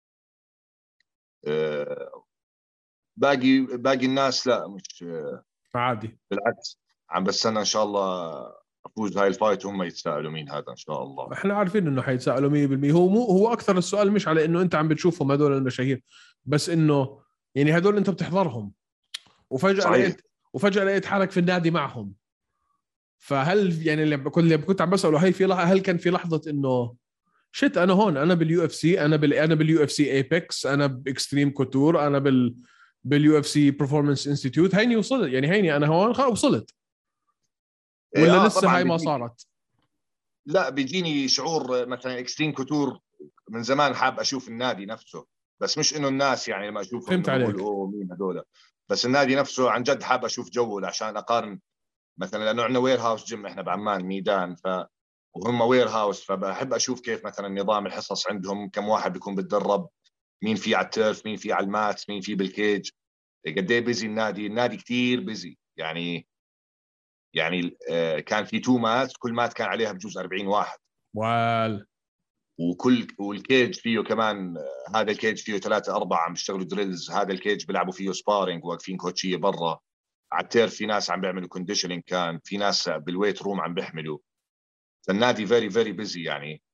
آه، باقي باقي الناس لا، مش عادي. بالعكس، عم بستنى ان شاء الله افوز هاي الفايت وهم يتساءلوا مين هذا ان شاء الله. احنا عارفين انه حيتسالوا مية بالمية. هو مو هو اكثر السؤال مش على انه انت عم بتشوفهم هدول المشاهير، بس انه يعني هدول انت بتحضرهم وفجاه صحيح. لقيت وفجاه لقيت حالك في النادي معهم. فهل يعني اللي كنت اللي كنت عم بساله، هي في لحظه، هل كان في لحظه انه شت انا هون، انا باليو اف سي، انا بال انا باليو اف سي ايبكس، انا باكستريم كوتور، انا بال باليو اف سي برفورمانس انستيتيوت، هيني وصلت يعني، هيني انا هون خلص وصلت؟ إيه، ولا اه لسه طبعا هاي ما بيجي. صارت؟ لا بيجيني شعور مثلا اكستريم كوتور من زمان، حاب اشوف النادي نفسه، بس مش انه الناس يعني لما اشوفهم فهمت انه بقول عليك. اوه مين هذول. بس النادي نفسه عن جد حاب اشوف جوه، عشان اقارن مثلا، لانه عندنا وير هاوس جيم احنا بعمان ميدان، ف وهم وير هاوس، فبحب اشوف كيف مثلا نظام الحصص عندهم، كم واحد بيكون بتدرب، مين في على التيرف، مين في على المات، مين في بالكيج، قد ايه بيزي النادي. النادي كثير بيزي يعني. يعني آه، كان في تو مات، كل مات كان عليها بجوز أربعين واحد، وال وكل والكيج فيه كمان، آه، هذا الكيج فيه ثلاثة أربعة عم بيشتغلوا دريلز، هذا الكيج بيلعبوا فيه سبارينج، واقفين كوتشية برا على التيرف، في ناس عم بيعملوا كونديشنينج، كان في ناس بالويت روم عم بيحملوا. فالنادي فيري فيري بيزي يعني.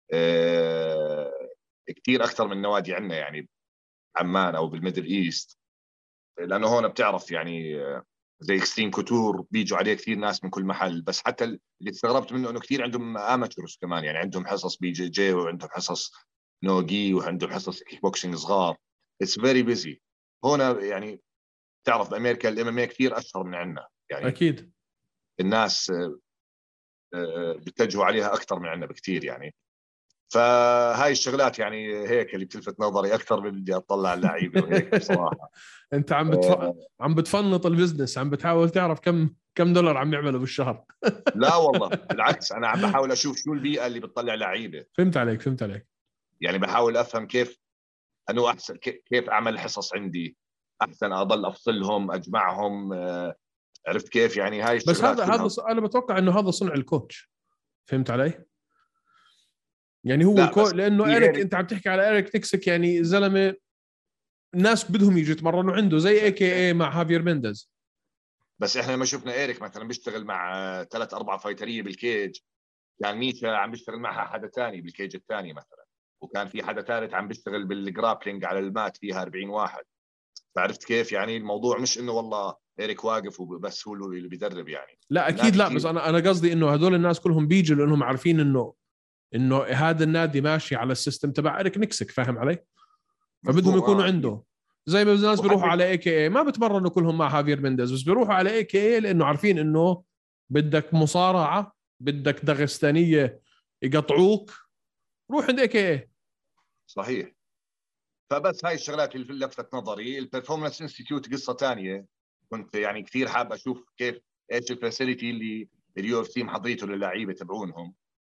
آه كثير اكثر من نوادي عندنا يعني عمان او بالميدل ايست، لانه هون بتعرف يعني زي اكستريم كوتور بيجوا عليه كثير ناس من كل محل. بس حتى اللي استغربت منه انه كثير عندهم اماتورز كمان، يعني عندهم حصص بي جي جي وعندهم حصص نوغي وعندهم حصص كيك بوكسينج صغار. اتس فيري بيزي هون. يعني تعرف بامريكا الام ام اي كثير اشهر من عندنا، يعني اكيد الناس بيتجهوا عليها اكثر من عندنا بكثير يعني. فهاي الشغلات يعني هيك اللي بتلفت نظري اكثر من بدي اطلع على اللعيبه وهيك بصراحه. انت عم بتف... عم بتفنط البزنس، عم بتحاول تعرف كم كم دولار عم يعملوا بالشهر. لا والله بالعكس، انا عم بحاول اشوف شو البيئه اللي بتطلع لعيبه. فهمت عليك فهمت عليك يعني بحاول افهم كيف انه احسن، كيف اعمل حصص عندي احسن، اضل افصلهم اجمعهم. عرفت كيف؟ يعني هاي بس الشغلات هذا كلها. هذا انا بتوقع انه هذا صنع الكوتش. فهمت علي؟ يعني هو لا الكو... بس لانه في ايريك، إيريك. انت عم تحكي على ايريك نيكسك، يعني زلمه الناس بدهم يجوا يتمرنوا عنده زي اي كي اي مع هافير مينديز. بس احنا لما شفنا ايريك مثلا بيشتغل مع ثلاث اربع فايتريه بالكيج، كان يعني ميشا عم بيشتغل معها حدا ثاني بالكيج الثاني مثلا، وكان في حدا ثالث عم بيشتغل بالجرابلينج على المات فيها أربعين واحد. فعرفت كيف؟ يعني الموضوع مش انه والله ايريك واقف وبس هو اللي بيدرب يعني. لا اكيد النادي لا، كتير. بس انا انا قصدي انه هذول الناس كلهم بيجوا لانهم عارفين انه انه هذا النادي ماشي على السيستم تبع ايريك نيكسك. فاهم علي؟ فبدهم مفهوم يكونوا اه اكيد. عنده. زي ما الناس بيروحوا وحتى على اي كي اي، ما بتمرنوا كلهم مع هافير مينديز، بس بيروحوا على اي كي اي لانه عارفين انه بدك مصارعه، بدك دغستانيه يقطعوك، روح عند اي كي اي. صحيح. فبس هاي الشغلات اللي لفتت نظري. البرفورمانس انستيتيوت قصه ثانيه، كنت يعني كثير حاب اشوف كيف ايش الفاسيلتي اللي اليو اف سي محضريته للاعيبه تبعونهم.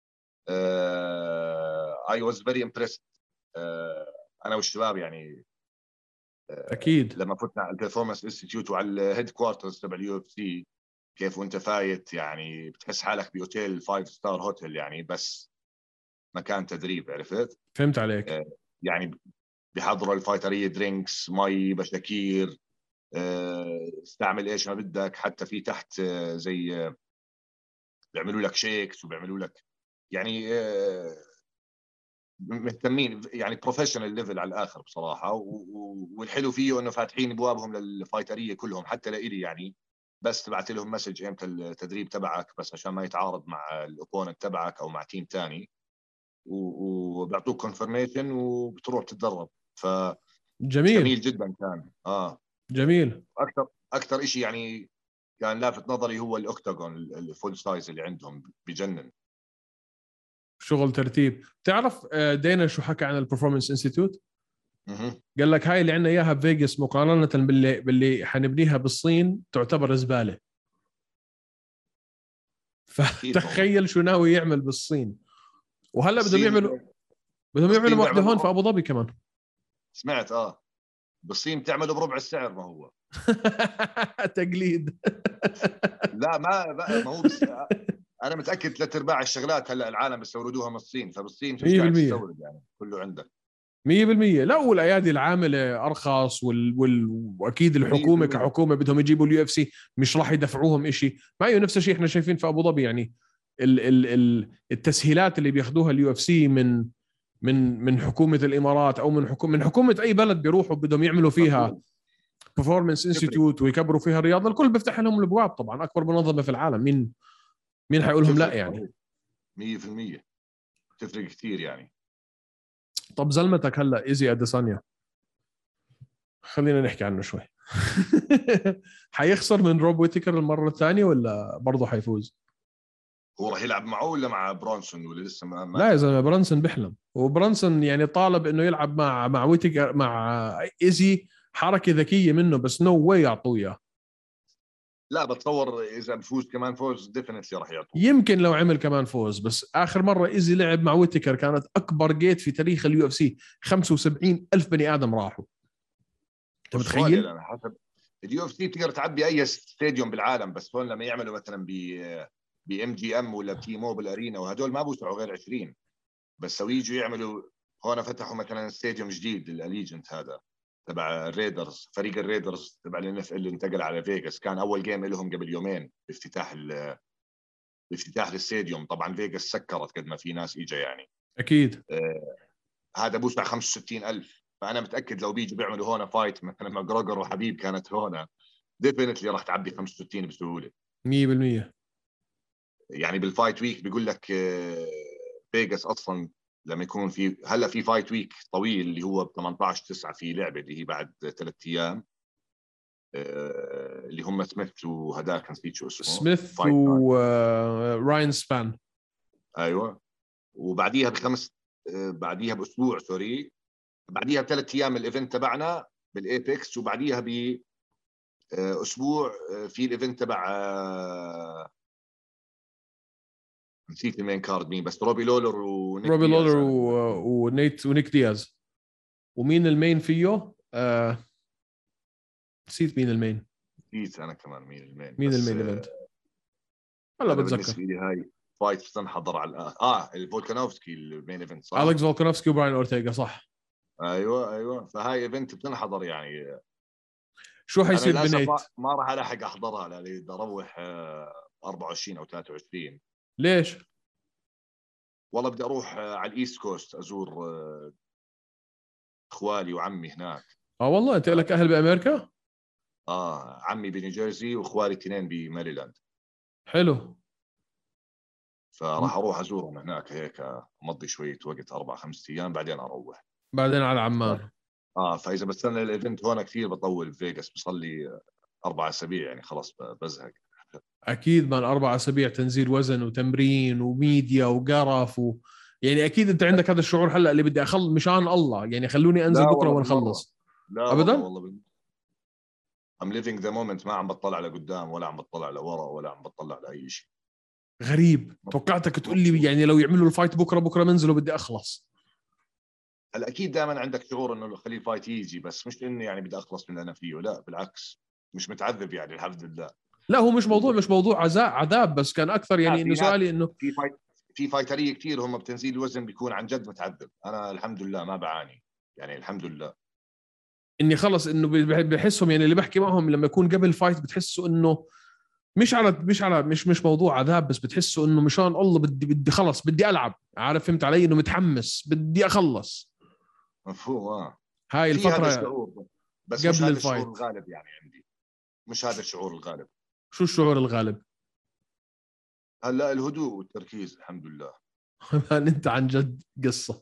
اي واز فيري امبرسد انا والشباب يعني. آه اكيد لما فتنا على البرفورمانس انستيتيوت وعلى الهيد كوارترز تبع اليو اف سي، كيف وانت فايت يعني بتحس حالك باوتيل فايف ستار هوتيل يعني، بس مكان تدريب. عرفت؟ فهمت عليك. آه يعني بيحضروا الفايتريه درينكس، مي، بشاكير، استعمل ايش ما بدك. حتى في تحت زي بيعملوا لك شيكس وبيعملوا لك يعني مهتمين يعني بروفيشنال ليفل على الاخر بصراحه. والحلو فيه انه فاتحين ابوابهم للفايتريه كلهم حتى لإلي يعني. بس تبعت لهم مسج امتى التدريب تبعك، بس عشان ما يتعارض مع الاوبوننت تبعك او مع تيم ثاني، وبيعطوك كونفرميشن وبتروح تتدرب. ف جميل جميل جدا كان. اه جميل. اكثر اكثر شيء يعني كان لافت نظري هو الاوكتاجون الفول سايز اللي عندهم، بجنن. شغل ترتيب. تعرف دينا شو حكى عن البرفورمانس انستيتوت؟ اها قال لك هاي اللي عندنا اياها بفيغاس مقارنه باللي باللي حنبنيها بالصين تعتبر زباله. اكيد والله. فتخيل شو ناوي يعمل بالصين. وهلا بدهم الصين يعملوا بدهم يعملوا بالصين واحده بيعملوا هون في بربع. ابو ظبي كمان. سمعت اه بالصين بتعملوا بربع السعر. ما هو تقليد. لا ما ما هو بس انا متاكد ثلاث ارباع الشغلات هلا العالم بيستوردوها من الصين، فبالصين فيش داعي مية بالمية تستورد يعني كله عندك. مية بالمية. لا والايادي العامله ارخص وال... وال... واكيد الحكومه مية بالمية كحكومه بدهم يجيبوا اليو اف سي، مش راح يدفعوهم شيء. ما هي نفس الشيء احنا شايفين في ابو ظبي يعني. ال... ال... ال... التسهيلات اللي بياخذوها اليو اف سي من من من حكومه الامارات او من حكومه من حكومه اي بلد بيروحوا بدهم يعملوا فيها مفهوم. performance تفرق انستيتيوت ويكبروا فيها الرياضه، الكل بيفتح لهم الابواب. طبعا اكبر منظمه في العالم، مين مين حيقول لهم لا تفرق يعني. صحيح. مية بالمية تفرق كثير يعني. طب زلمتك هلا ايزي اديسانيا، خلينا نحكي عنه شوي. حيخسر من روب ويتكر المره الثانيه ولا برضه حيفوز؟ هو راح يلعب معه ولا مع برونسون ولا لسه ما ما لا يا أعلن؟ زلمه، برانسون بيحلم. وبرانسون يعني طالب انه يلعب مع مع ويتكر مع ايزي. حركه ذكيه منه، بس نو واي يعطوه اياه. لا بتصور اذا بفوز كمان فوز ديفنتلي راح يعطوه. يمكن لو عمل كمان فوز. بس اخر مره ايزي لعب مع ويتكر كانت اكبر جيت في تاريخ اليو اف سي، خمسة وسبعين الف بني ادم راحوا. انت استراليا متخيل؟ لان حسب اليو اف سي بتقدر تعبي اي ستاديوم بالعالم، بس هون لما يعملوا مثلا ب بام جي ام ولا بتي موبل ارينا وهدول ما بوسعوا غير عشرين. بس لو يجوا يعملوا هون فتحوا مثلا ستاديوم جديد للاليجنت هذا تبع الريدرز، فريق الريدرز تبع الان اف اللي انتقل على فيغاس، كان اول جيم لهم قبل يومين بافتتاح بافتتاح الاستاديوم. طبعا فيغاس سكرت قد ما في ناس اجى يعني. اكيد. آه هذا بوسع خمسة وستين ألف، فانا متاكد لو بيجوا بيعملوا هون فايت مثلا مع جروجر وحبيب كانت هون ديفينتلي راح تعبي خمسة وستين بسهوله مية بالمية. يعني بالفايت ويك بيقول لك آه فيغاس اصلا لما يكون في هلا في فايت ويك طويل اللي هو ب ثمانية عشر تسعة في لعبه اللي هي بعد ثلاث ايام آه اللي هم سميث وهداك نسيت شو اسمه سميث وراين سبان. ايوه. وبعديها بخمس آه بعديها باسبوع سوري بعديها بثلاث ايام الايفنت تبعنا بالايبكس، وبعديها باسبوع في الايفنت تبع نسيت المين كارد مين، بس روبي لولر ونيك روبي دياز لولر و... ونيت ونيك دياز. ومين المين فيه؟ آه... نسيت مين المين. نسيت انا كمان مين المين. مين بس المين ايفنت؟ هلا بتذكر. بالنسبه لي هاي فايت تنحضر على الآن. اه الفولكانوفسكي المين ايفنت صح؟ أليكس فولكانوفسكي وبراين اورتيغا صح. ايوه ايوه فهاي ايفنت بتنحضر يعني. شو حيصير انا بنيت؟ ما, ما راح الحق احضرها لاني بدي اروح أربعة وعشرين او ثلاثة وعشرين. ليش؟ والله بدي اروح على الايست كوست ازور اخوالي وعمي هناك. اه والله انت لك اهل بامريكا؟ اه عمي بنيوجيرسي واخوالي اثنين بماريلاند. حلو. فراح اروح ازورهم هناك هيك امضي شويه وقت اربع خمس ايام بعدين اروح. بعدين على عمان. اه فاذا بستنى الايفنت هون كثير بطول فيغاس بصلي اربع اسابيع يعني خلاص بزهق. اكيد من اربع اسابيع تنزيل وزن وتمرين وميديا وقرف و... يعني اكيد انت عندك هذا الشعور هلا اللي بدي اخلص مشان الله، يعني خلوني انزل لا بكره والله ونخلص. لا ابدا والله والله I'm living the moment. ما عم بطلع لقدام ولا عم بطلع لورا ولا عم بطلع لاي شيء. غريب. توقعتك تقول لي يعني لو يعملوا الفايت بكره بكره منزله بدي اخلص. هلا اكيد دائما عندك شعور انه خلي الفايت يجي، بس مش اني يعني بدي اخلص من اللي انا فيه، لا بالعكس مش متعذب يعني الحمد لله. لا هو مش موضوع مش موضوع عذاب عذاب بس كان اكثر يعني انه سؤالي انه في فايت في فايتريه كثير هم بتنزيل الوزن بيكون عن جد متعذب. انا الحمد لله ما بعاني يعني الحمد لله. اني خلص انه بحسهم يعني اللي بحكي معهم لما يكون قبل فايت بتحسوا انه مش على مش على مش مش موضوع عذاب، بس بتحسوا انه مشان الله بدي بدي خلص بدي العب، عارف فهمت علي؟ انه متحمس بدي اخلص. مفهوم. اه هاي في هذا الفتره الشعور بس مش قبل هذا الشعور الفايت. الغالب يعني عندي، مش هذا الشعور الغالب. شو الشعور الغالب؟ هلا الهدوء والتركيز الحمد لله. انت عن جد قصه.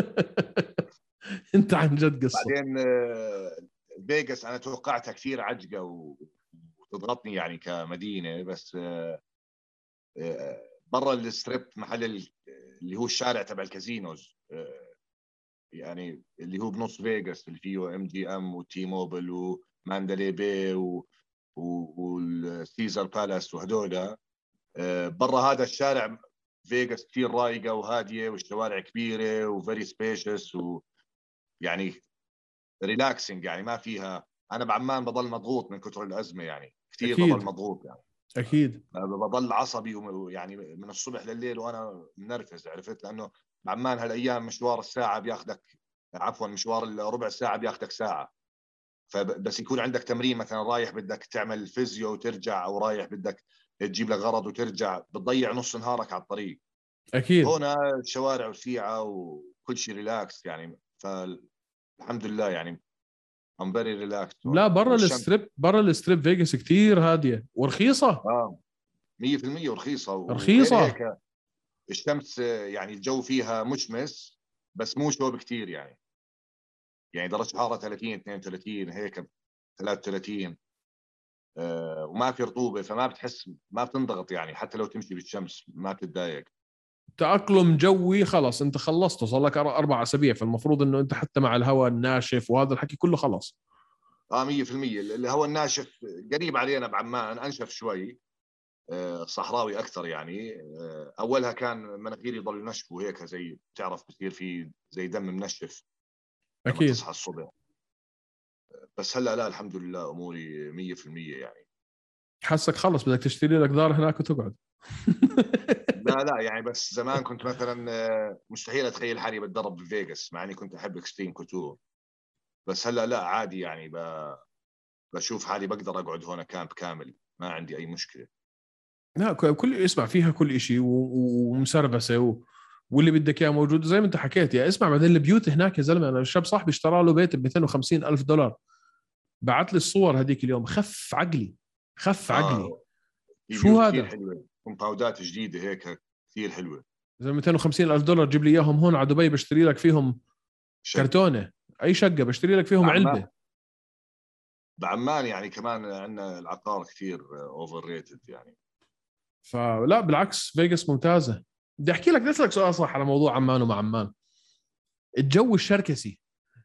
انت عن جد قصه. بعدين فيغاس انا توقعتها كثير عجقه وتضغطني يعني كمدينه، بس برا الستريب محل اللي هو الشارع تبع الكازينوز يعني اللي هو بنص فيغاس اللي فيه ام جي ام وتي موبل وماندالي بي والسيزر بالاس وهدول برا هذا الشارع فيغاس كثير رايقه وهاديه والشوارع كبيره وفيري سبيشس ويعني ريلاكسنج يعني ما فيها. انا بعمان بضل مضغوط من كثر الازمه يعني كثير بضل مضغوط يعني اكيد بضل عصبي ويعني من الصبح لليل وانا منرفز عرفت، لانه بعمان هالايام مشوار الساعه بياخذك عفوا مشوار الربع ساعه بياخذك ساعه. فبس يكون عندك تمرين مثلا رايح بدك تعمل فيزيو وترجع او رايح بدك تجيب لك غرض وترجع بتضيع نص نهارك على الطريق. اكيد هنا الشوارع وسيعه وكل شيء ريلاكس يعني فالحمد لله يعني ام فيري ريلاكس. لا برا الستريب برا الستريب فيغاس كثير هاديه ورخيصه. اه مية بالمية ورخيصه رخيصه. هيك الشمس يعني الجو فيها مشمس بس مو شوب كثير يعني يعني درجه حراره ثلاثين اثنين وثلاثين هيك ثلاثة وثلاثين آه وما في رطوبه فما بتحس ما بتنضغط يعني حتى لو تمشي بالشمس ما بتتضايق. تأقلم جوي خلص انت خلصته صار لك اربع اسابيع، فالمفروض انه انت حتى مع الهواء الناشف وهذا الحكي كله خلص. اه مية بالمية الهواء الناشف قريب علينا بعمان انشف شوي آه صحراوي اكثر يعني آه اولها كان مناخيري يضل نشف وهيك زي بتعرف بصير في زي دم منشف لما اكيد تصحى الصبح. بس هلا لا الحمد لله اموري مية بالمية يعني. حسك خلص بدك تشتري لك دار هناك وتقعد. لا لا يعني بس زمان كنت مثلا مستحيل اتخيل حالي بتدرب بفيغاس مع اني كنت احب اكستريم كوتور، بس هلا لا عادي يعني ب... بشوف حالي بقدر اقعد هنا كامب كامل ما عندي اي مشكله. لا كل اسمع فيها كل شيء ومسربسه و... واللي بدك اياه موجود زي ما انت حكيت. يا اسمع، بعدين البيوت هناك يا زلمه، انا الشاب صاحبي اشترى له بيت ب مئتين وخمسين الف دولار، بعت لي الصور هذيك اليوم، خف عقلي خف عقلي. اه في شو بيوت كثير هذا؟ حلوه، كومباوندات جديده هيك كثير حلوه. زي مئتين وخمسين الف دولار جيب لي اياهم هون على دبي، بشتري لك فيهم شقة. كرتونه، اي شقه بشتري لك فيهم بعمان علبه. بعمان يعني كمان عندنا العقار كثير اوفر ريتد يعني. فلا بالعكس، فيغاس ممتازه. بدي احكي لك، بدي اسالك سؤال صح على موضوع عمان وما عمان. الجو الشركسي،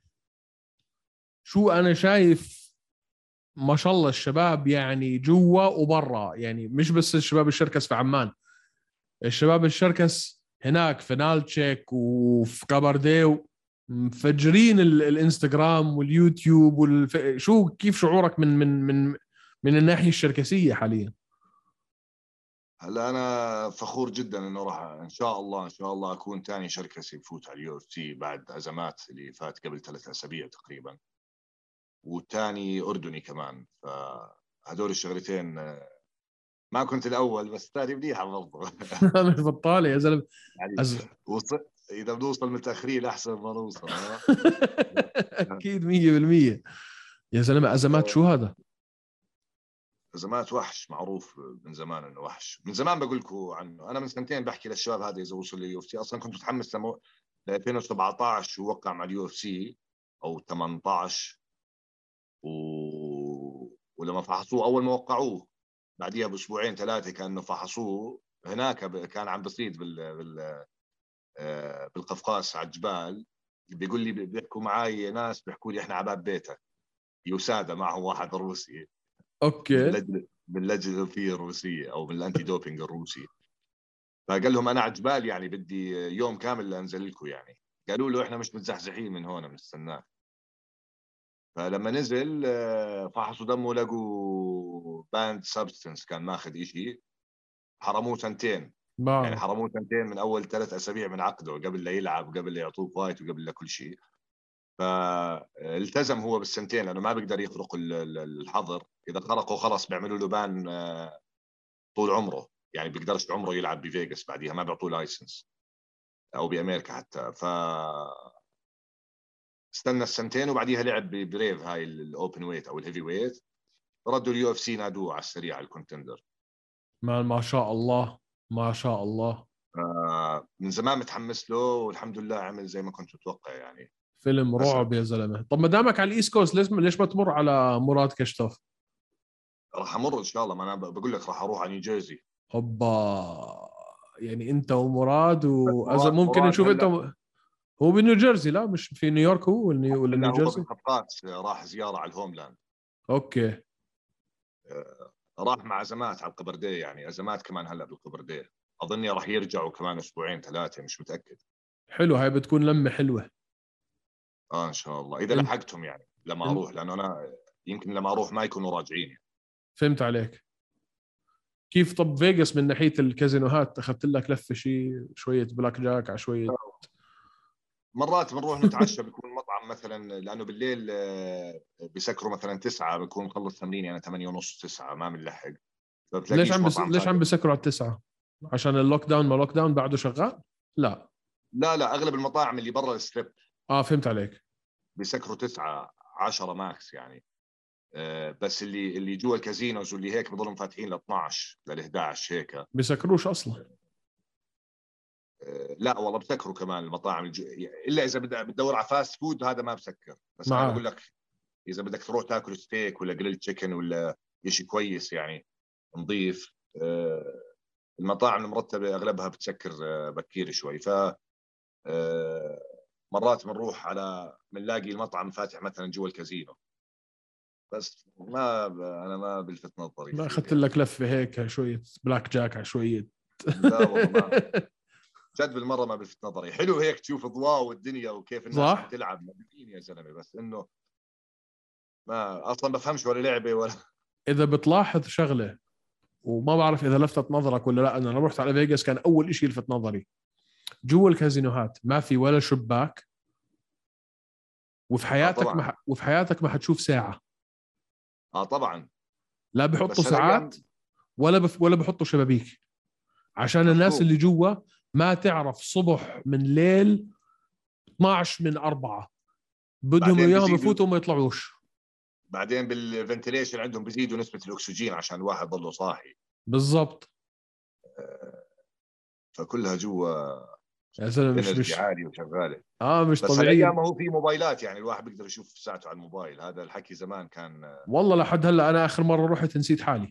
شو انا شايف ما شاء الله الشباب يعني جوا وبرا، يعني مش بس الشباب الشركس في عمان، الشباب الشركس هناك في نالتشيك وفي كابارديو مفجرين ال- الانستغرام واليوتيوب والف... شو كيف شعورك من من من من الناحيه الشركسيه حاليا؟ هلا انا فخور جدا انه راح ان شاء الله ان شاء الله اكون ثاني شركسي بفوت على اليو اف سي بعد ازمات اللي فات قبل ثلاث اسابيع تقريبا، والثاني اردني كمان. فهدول الشغلتين آه، ما كنت الاول بس الثاني منيحه برضه. مش بطاله يا زلمه. يعني أز... وص... اذا بنوصل متاخرين احسن ما نوصل ها. اكيد مية بالمية. يا زلمه ازمات شو هذا؟ ازمات وحش، معروف من زمان انه وحش، من زمان بقول لكم عنه. انا من سنتين بحكي للشباب هذا اذا وصل لليو اف سي، اصلا كنت متحمس لما ل ألفين وسبعطعش ووقع مع اليو اف سي او ثمانطعش و... ولما فحصوه اول ما وقعوه بعديها باسبوعين ثلاثه كانوا فحصوه هناك ب... كان عم بصيد بال... بال... آه، بالقفقاز على الجبال. بيقول لي بيحكوا معي ناس بيحكوا لي احنا على باب بيتك، يساعد معه واحد روسي من اوكي. اللجنه من اللجنه الأولمبية الروسيه او من الانتي دوبينج الروسي. فقال لهم انا عجبال يعني بدي يوم كامل لانزل لكم يعني. قالوا له احنا مش متزحزحين من هون بنستناك. فلما نزل آه، فحصوا دمه لقوا باند سبستنس، كان ماخذ شيء، حرموه سنتين. يعني بعرف. حرموه سنتين من اول ثلاث اسابيع من عقده قبل لا يلعب، قبل لا يعطوه فايت، وقبل لا كل شيء. فالتزم هو بالسنتين لانه ما بيقدر يخرق الحظر. اذا خرقه خلص بيعملوا له بان آه، طول عمره، يعني بيقدرش عمره يلعب بفيغاس بعديها، ما بيعطوه لايسنس او بامريكا حتى. ف استنى السنتين وبعديها لعب ببريف هاي الاوبن ويت او الهيفي ويت. ردوا اليو اف سي نادوه على السريع على الكونتندر. ما ما شاء الله ما شاء الله. آه من زمان متحمس له والحمد لله عمل زي ما كنت متوقع يعني. فيلم بس رعب يا زلمه. طب ما دامك على الايست كوست، ليش ليش ما تمر على مراد كشتوف؟ راح امر ان شاء الله، ما انا بقول لك راح اروح على نيوجيرسي. هوبا. يعني انت ومراد بس وأز... مراد ممكن مراد نشوف انت هلا و... هو بنيو جيرسي، لا مش في نيويورك هو ولا نيو... ولا هلا نيو هو جيرسي؟ بالخطات راح زياره على الهوملاند. اوكي. آه راح مع ازمات على القبرديه، يعني ازمات كمان هلا بالقبرديه. اظني راح يرجعوا كمان اسبوعين ثلاثه، مش متاكد. حلو، هاي بتكون لمه حلوه. اه ان شاء الله اذا انت لحقتهم يعني لما انت اروح، لانه انا يمكن لما اروح ما يكونوا راجعين يعني. فهمت عليك. كيف طب فيغاس من ناحيه الكازينوهات، اخذت لك لفه شيء شويه بلاك جاك على شويه؟ مرات بنروح نتعشى بيكون مطعم مثلا، لانه بالليل آه، بيسكروا مثلا تسعة، بكون مخلص تمرين يعني ثمانية ونص تسعة ما بنلحق، ليش فبتلاقيش عم بس... مطعم ليش عم فاتح. بسكروا على التسعة؟ عشان اللوك داون؟ ما لوك داون بعده شغال؟ لا. لا لا اغلب المطاعم اللي برا الستريب اه فهمت عليك. بيسكروا تسعة عشرة ماكس يعني. آه، بس اللي اللي جوا الكازينوز واللي هيك بضلهم فاتحين ل اثنعش ل احد عشر هيك. بيسكروش اصلا؟ آه، لا والله بسكروا كمان المطاعم الج... الا اذا بدك بتدور على فاست فود هذا ما بسكر. بس انا بقول معك. لك اذا بدك تروح تاكل ستيك ولا جريل تشيكن ولا شيء كويس يعني نظيف، آه، المطاعم المرتبه اغلبها بتسكر آه، بكير شوي. ف آه، مرات بنروح على بنلاقي المطعم فاتح مثلا جوا الكازينو، بس ما ب... انا ما بلفت نظري ما كثير اخذت يعني. لك لفه هيك شويه بلاك جاك على شويه؟ لا والله ما جد بالمره ما بلفت نظري. حلو هيك تشوف ضواء والدنيا وكيف الناس عم صح. تلعب مبين يا زلمه، بس انه ما اصلا بفهمش ولا لعبه ولا. اذا بتلاحظ شغله، وما بعرف اذا لفتت نظرك ولا لا، انا لما رحت على فيغاس كان اول شيء يلفت نظري جوا الكازينوهات ما في ولا شباك، وفي اه حياتك ما طبعا. ح... وفي حياتك ما حتشوف ساعه. اه طبعا. لا بحطوا بس ساعات هالايام ولا بف... ولا بحطوا شبابيك، عشان الناس مفهوم. اللي جوا ما تعرف صبح من ليل اثناشر من أربعة بدهم اياهم يفوتوا وما يطلعوش. بعدين بالفنتيليشن عندهم بيزيدوا نسبة الأكسجين عشان الواحد ضله صاحي. بالضبط. فكلها جوا يا زلمه مش مش عالي وشغاله. اه مش بس طبيعي. بس ما هو في موبايلات يعني الواحد بيقدر يشوف ساعته على الموبايل. هذا الحكي زمان كان والله لحد هلا انا اخر مره رحت نسيت حالي.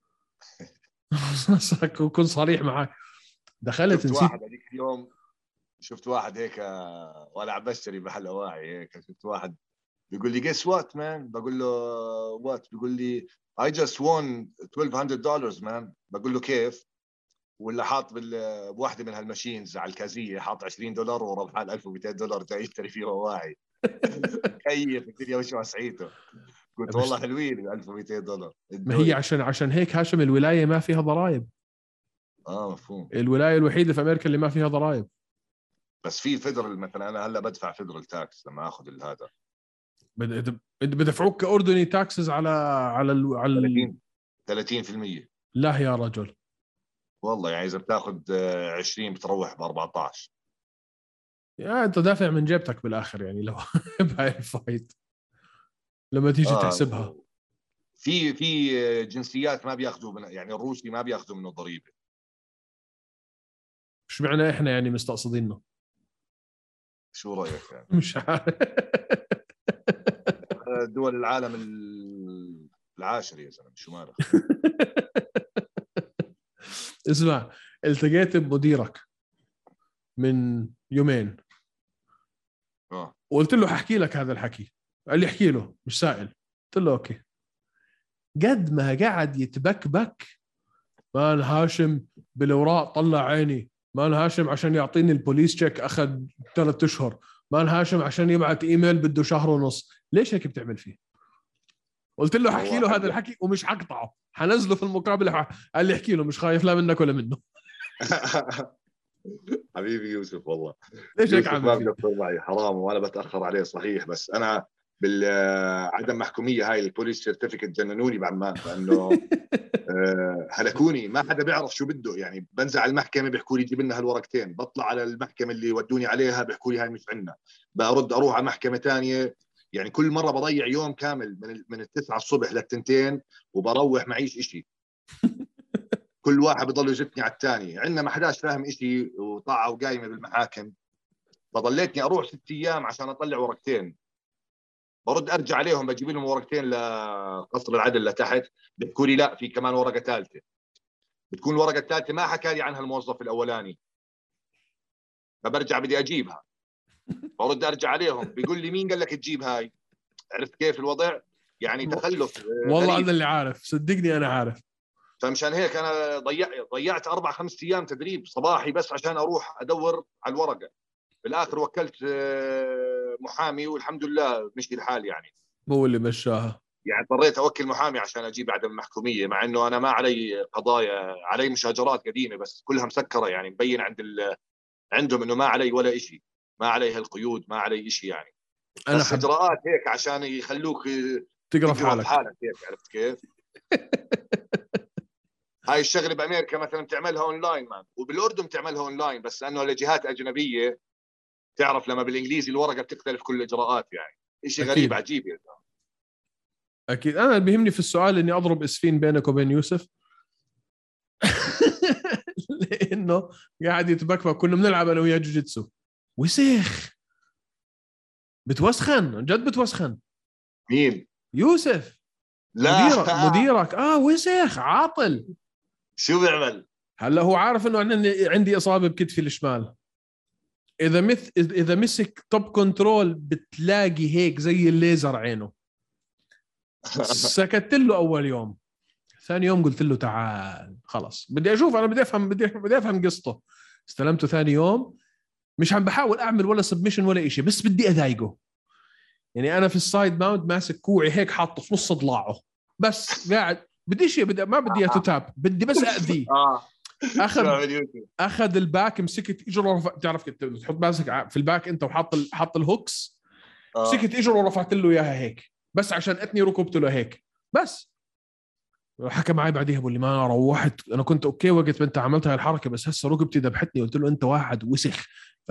كنت صريح معك، دخلت شفت نسيت واحد هذيك اليوم، شفت واحد هيك وانا عم بشتري محل اواعي هيك، شفت واحد بيقول لي guess what man، بقول له what، بيقول لي I just won twelve hundred dollars man. بقول له كيف؟ ولا حاط بواحده من هالماشينز على الكازيه حاط عشرين دولار وربح له ألف ومئتين دولار جاي يشتري فيه واعي. كيف الدنيا مش وسعيته. قلت والله حلوين ألف ومئتين دولار. ما هي عشان عشان هيك هاشم الولايه ما فيها ضرائب. اه مفهوم. الولايه الوحيده في امريكا اللي ما فيها ضرائب. بس في فيدرال مثلا، انا هلا بدفع فيدرال تاكس لما اخذ هذا. بدفعوك كاردني تاكسز على على ال... على ثلاثين بالمئة. لا يا رجل والله يعني اذا بتاخذ عشرين بتروح ب أربعة عشر. يا انت دافع من جيبتك بالاخر يعني لو بهاي الفايت لما تيجي آه تحسبها. في في جنسيات ما بياخذوا من، يعني الروسي ما بياخذوا منه ضريبه. ايش معنى احنا يعني مستقصدينه؟ شو رايك يعني؟ مش عارف. دول العالم العاشر يا زلمه شو مالك. اسمع، التقيت بمديرك من يومين اه وقلت له ححكي لك هذا الحكي. قال لي احكي له مش سائل. قلت له اوكي. قد ما قاعد يتبكبك مان هاشم بالاوراق طلع عيني، مان هاشم عشان يعطيني البوليس تشيك اخذ ثلاث اشهر، مان هاشم عشان يبعت ايميل بده شهر ونص. ليش هيك بتعمل فيه؟ قلت له احكي له هذا الحكي ومش حقطعه، حنزله في المقابله. قال لي احكي له مش خايف لا منك ولا منه. حبيبي يوسف والله ليش هيك عامل ما بقصر معي حرام وانا بتاخر عليه صحيح. بس انا بالعدم محكوميه هاي البوليس سيرتيفيكت جننوني بعد ما لانه هلكوني. ما حدا بيعرف شو بده يعني. بنزل على المحكمه بيحكوا لي جيب لنا هالورقتين، بطلع على المحكمه اللي ودوني عليها بيحكوا لي هاي مش عندنا، برد اروح على محكمه ثانيه. يعني كل مره بضيع يوم كامل من من التسعة الصبح للتنتين وبروح معيش إشي. كل واحد بضل يزتني على الثاني. عندنا ما حداش فاهم إشي وطاعه وقايمه بالمحاكم. فضليتني اروح ست ايام عشان اطلع ورقتين، برد ارجع عليهم بجيب لهم ورقتين لقصر العدل لتحت، بيحكوا لي لا في كمان ورقه ثالثه. بتكون الورقه الثالثه ما حكى لي عنها الموظف الاولاني، فبرجع بدي اجيبها. برد ارجع عليهم بيقول لي مين قال لك تجيب هاي؟ عرفت كيف الوضع؟ يعني تخلف والله غريب. انا اللي عارف صدقني انا عارف. فمشان هيك انا ضيعت ضيعت اربع خمس ايام تدريب صباحي بس عشان اروح ادور على الورقه. بالاخر وكلت محامي والحمد لله مشي الحال يعني. هو اللي مشاها. يعني اضطريت اوكل محامي عشان اجيب عدم المحكوميه، مع انه انا ما علي قضايا، علي مشاجرات قديمه بس كلها مسكره يعني مبين عند عندهم انه ما علي ولا شيء، ما علي هالقيود، ما علي شيء يعني. انا بس حب... اجراءات هيك عشان يخلوك تقرا في حالك. حالك هيك. عرفت كيف؟ هاي الشغله بامريكا مثلا تعملها اونلاين مان، وبالاردن تعملها اونلاين بس لانه لجهات اجنبيه تعرف لما بالانجليزي الورقه بتختلف كل الاجراءات يعني. شيء غريب عجيب يا زلمه. اكيد. انا بيهمني في السؤال اني اضرب اسفين بينك وبين يوسف. لانه قاعد يتبكبك. كنا بنلعب انا وياه جوجيتسو وسيخ بتوسخن جد بتوسخن. مين؟ يوسف. لا مديرك مديرك اه وسخ عاطل. شو بيعمل؟ هلا هو عارف انه عندي اصابه بكتفي الشمال. اذا مث اذا مسك توب كنترول بتلاقي هيك زي الليزر عينه. سكت له اول يوم، ثاني يوم قلت له تعال خلاص بدي اشوف، انا بدي افهم بدي بدي افهم قصته. استلمته ثاني يوم، مش عم بحاول اعمل ولا سبمشن ولا شيء، بس بدي اضايقه. يعني انا في السايد ماونت ماسك كوعي هيك حاطه في نص ضلاعه، بس قاعد بدي شيء بدي ما بدي اتتاب، بدي بس اذيه. اخذ اخذ الباك مسكت اجره ورفع. تعرف كيف تحط ماسك في الباك انت وحاط ال... حاط الهوكس. مسكت اجره ورفعت له اياها هيك بس عشان اتني ركبت له هيك بس. حكى معي بعديها بقول لي ما انا روحت، انا كنت اوكي وقت ما انت عملت هاي الحركه، بس هسه ركبتي ذبحتني. قلت له انت واحد وسخ.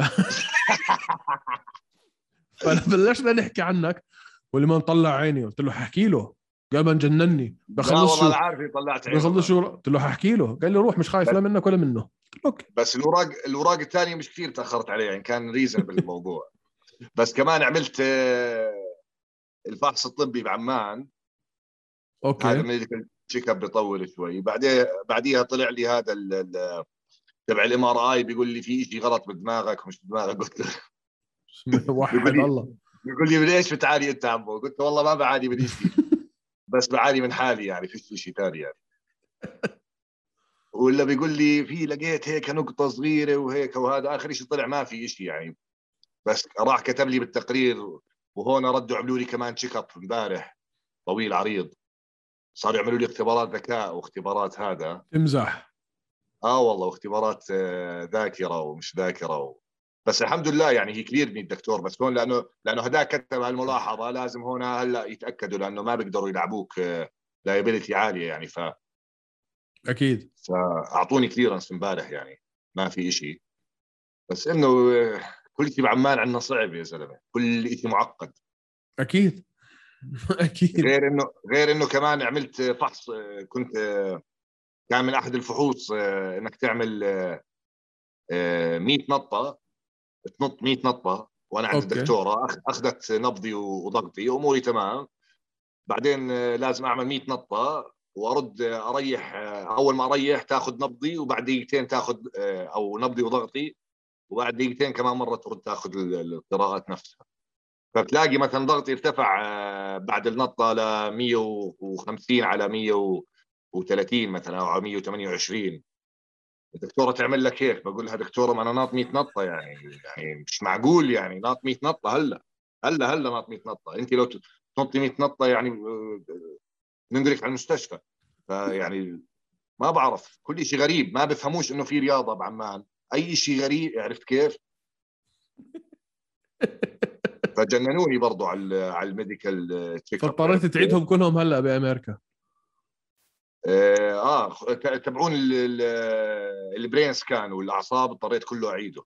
فبلشنا نحكي عنك، واللي ما نطلع عيني. قلت له حكي له، قال ما جنني لا بخلص والله شو انا عارف طلعت عينه بخلص بقى. شو. قلت له حكي له، قال لي روح مش خايف بس لا منك ولا منه. قلت له اوكي. بس الاوراق الاوراق الثانيه مش كثير تاخرت عليه يعني، كان ريزن بالموضوع. بس كمان عملت آه، الفحص الطبي بعمان. هذا اوكي. ميديكال تشيك اب بيطول شوي. بعدين بعديها طلع لي هذا ال- ال- تبع الام ار اي، بيقول لي في شيء غلط بدماغك مش بدماغك. قلت له بيقول وحد لي الله. بيقول لي من ايش بتعاني انت عمو؟ قلت له والله ما بعاني من شيء، بس بعاني من حالي يعني، فيش شيء ثاني يعني. ولا بيقول لي في لقيت هيك نقطة صغيرة وهيك، وهذا آخر شيء طلع ما في شيء يعني. بس راح كتب لي بالتقرير. وهون ردوا عملوا لي كمان تشيك اب امبارح طويل عريض. صاروا يعملوا لي اختبارات ذكاء واختبارات هذا. تمزح. اه والله، واختبارات آه، ذاكرة ومش ذاكرة و... بس الحمد لله يعني هي كليرني الدكتور. بس هون لانه لانه هداك كتب هالملاحظة، لازم هون هلا يتاكدوا لانه ما بيقدروا يلعبوك لايبيلتي عالية يعني. ف اكيد. فاعطوني كليرنس امبارح يعني، ما في شيء. بس انه آه، كل شيء بعمان عندنا صعب يا زلمه، كل شيء معقد. اكيد. اكيد. غير انه غير انه كمان عملت فحص. آه، كنت آه، كان من احد الفحوص آه، انك تعمل آه، آه، مية نطه، تنط مية نطه. وانا عند اوكي. الدكتوره أخ- اخذت نبضي وضغطي، اموري تمام. بعدين آه، لازم اعمل مية نطه وارد آه، اريح. آه، اول ما اريح تاخذ نبضي، وبعد دقيقتين تاخذ آه، او نبضي وضغطي، وبعد دقيقتين كمان مره ترد تاخذ ال- القراءات نفسها. فتلاقي مثلا ضغطي ارتفع آه، بعد النطه ل مية وخمسين على مية وثلاثين مثلا او على مية وثمانية وعشرين. الدكتوره تعمل لك هيك، بقول لها دكتوره ما انا ناط مية نطه يعني، يعني مش معقول يعني ناط مية نطه هلا هلا هلا ناط مية نطه. انت لو تنطي مية نطه يعني آه، ننقلك على المستشفى. فيعني ما بعرف، كل شيء غريب، ما بفهموش انه في رياضه بعمان. اي شيء غريب، عرفت كيف؟ فجننوني برضو على على الميديكال تشيك اب، فاضطريت عرفت كيف؟ تعيدهم كلهم هلا بامريكا. اه آه، تبعون ال- ال- البرين سكان والاعصاب، اضطريت كله اعيده.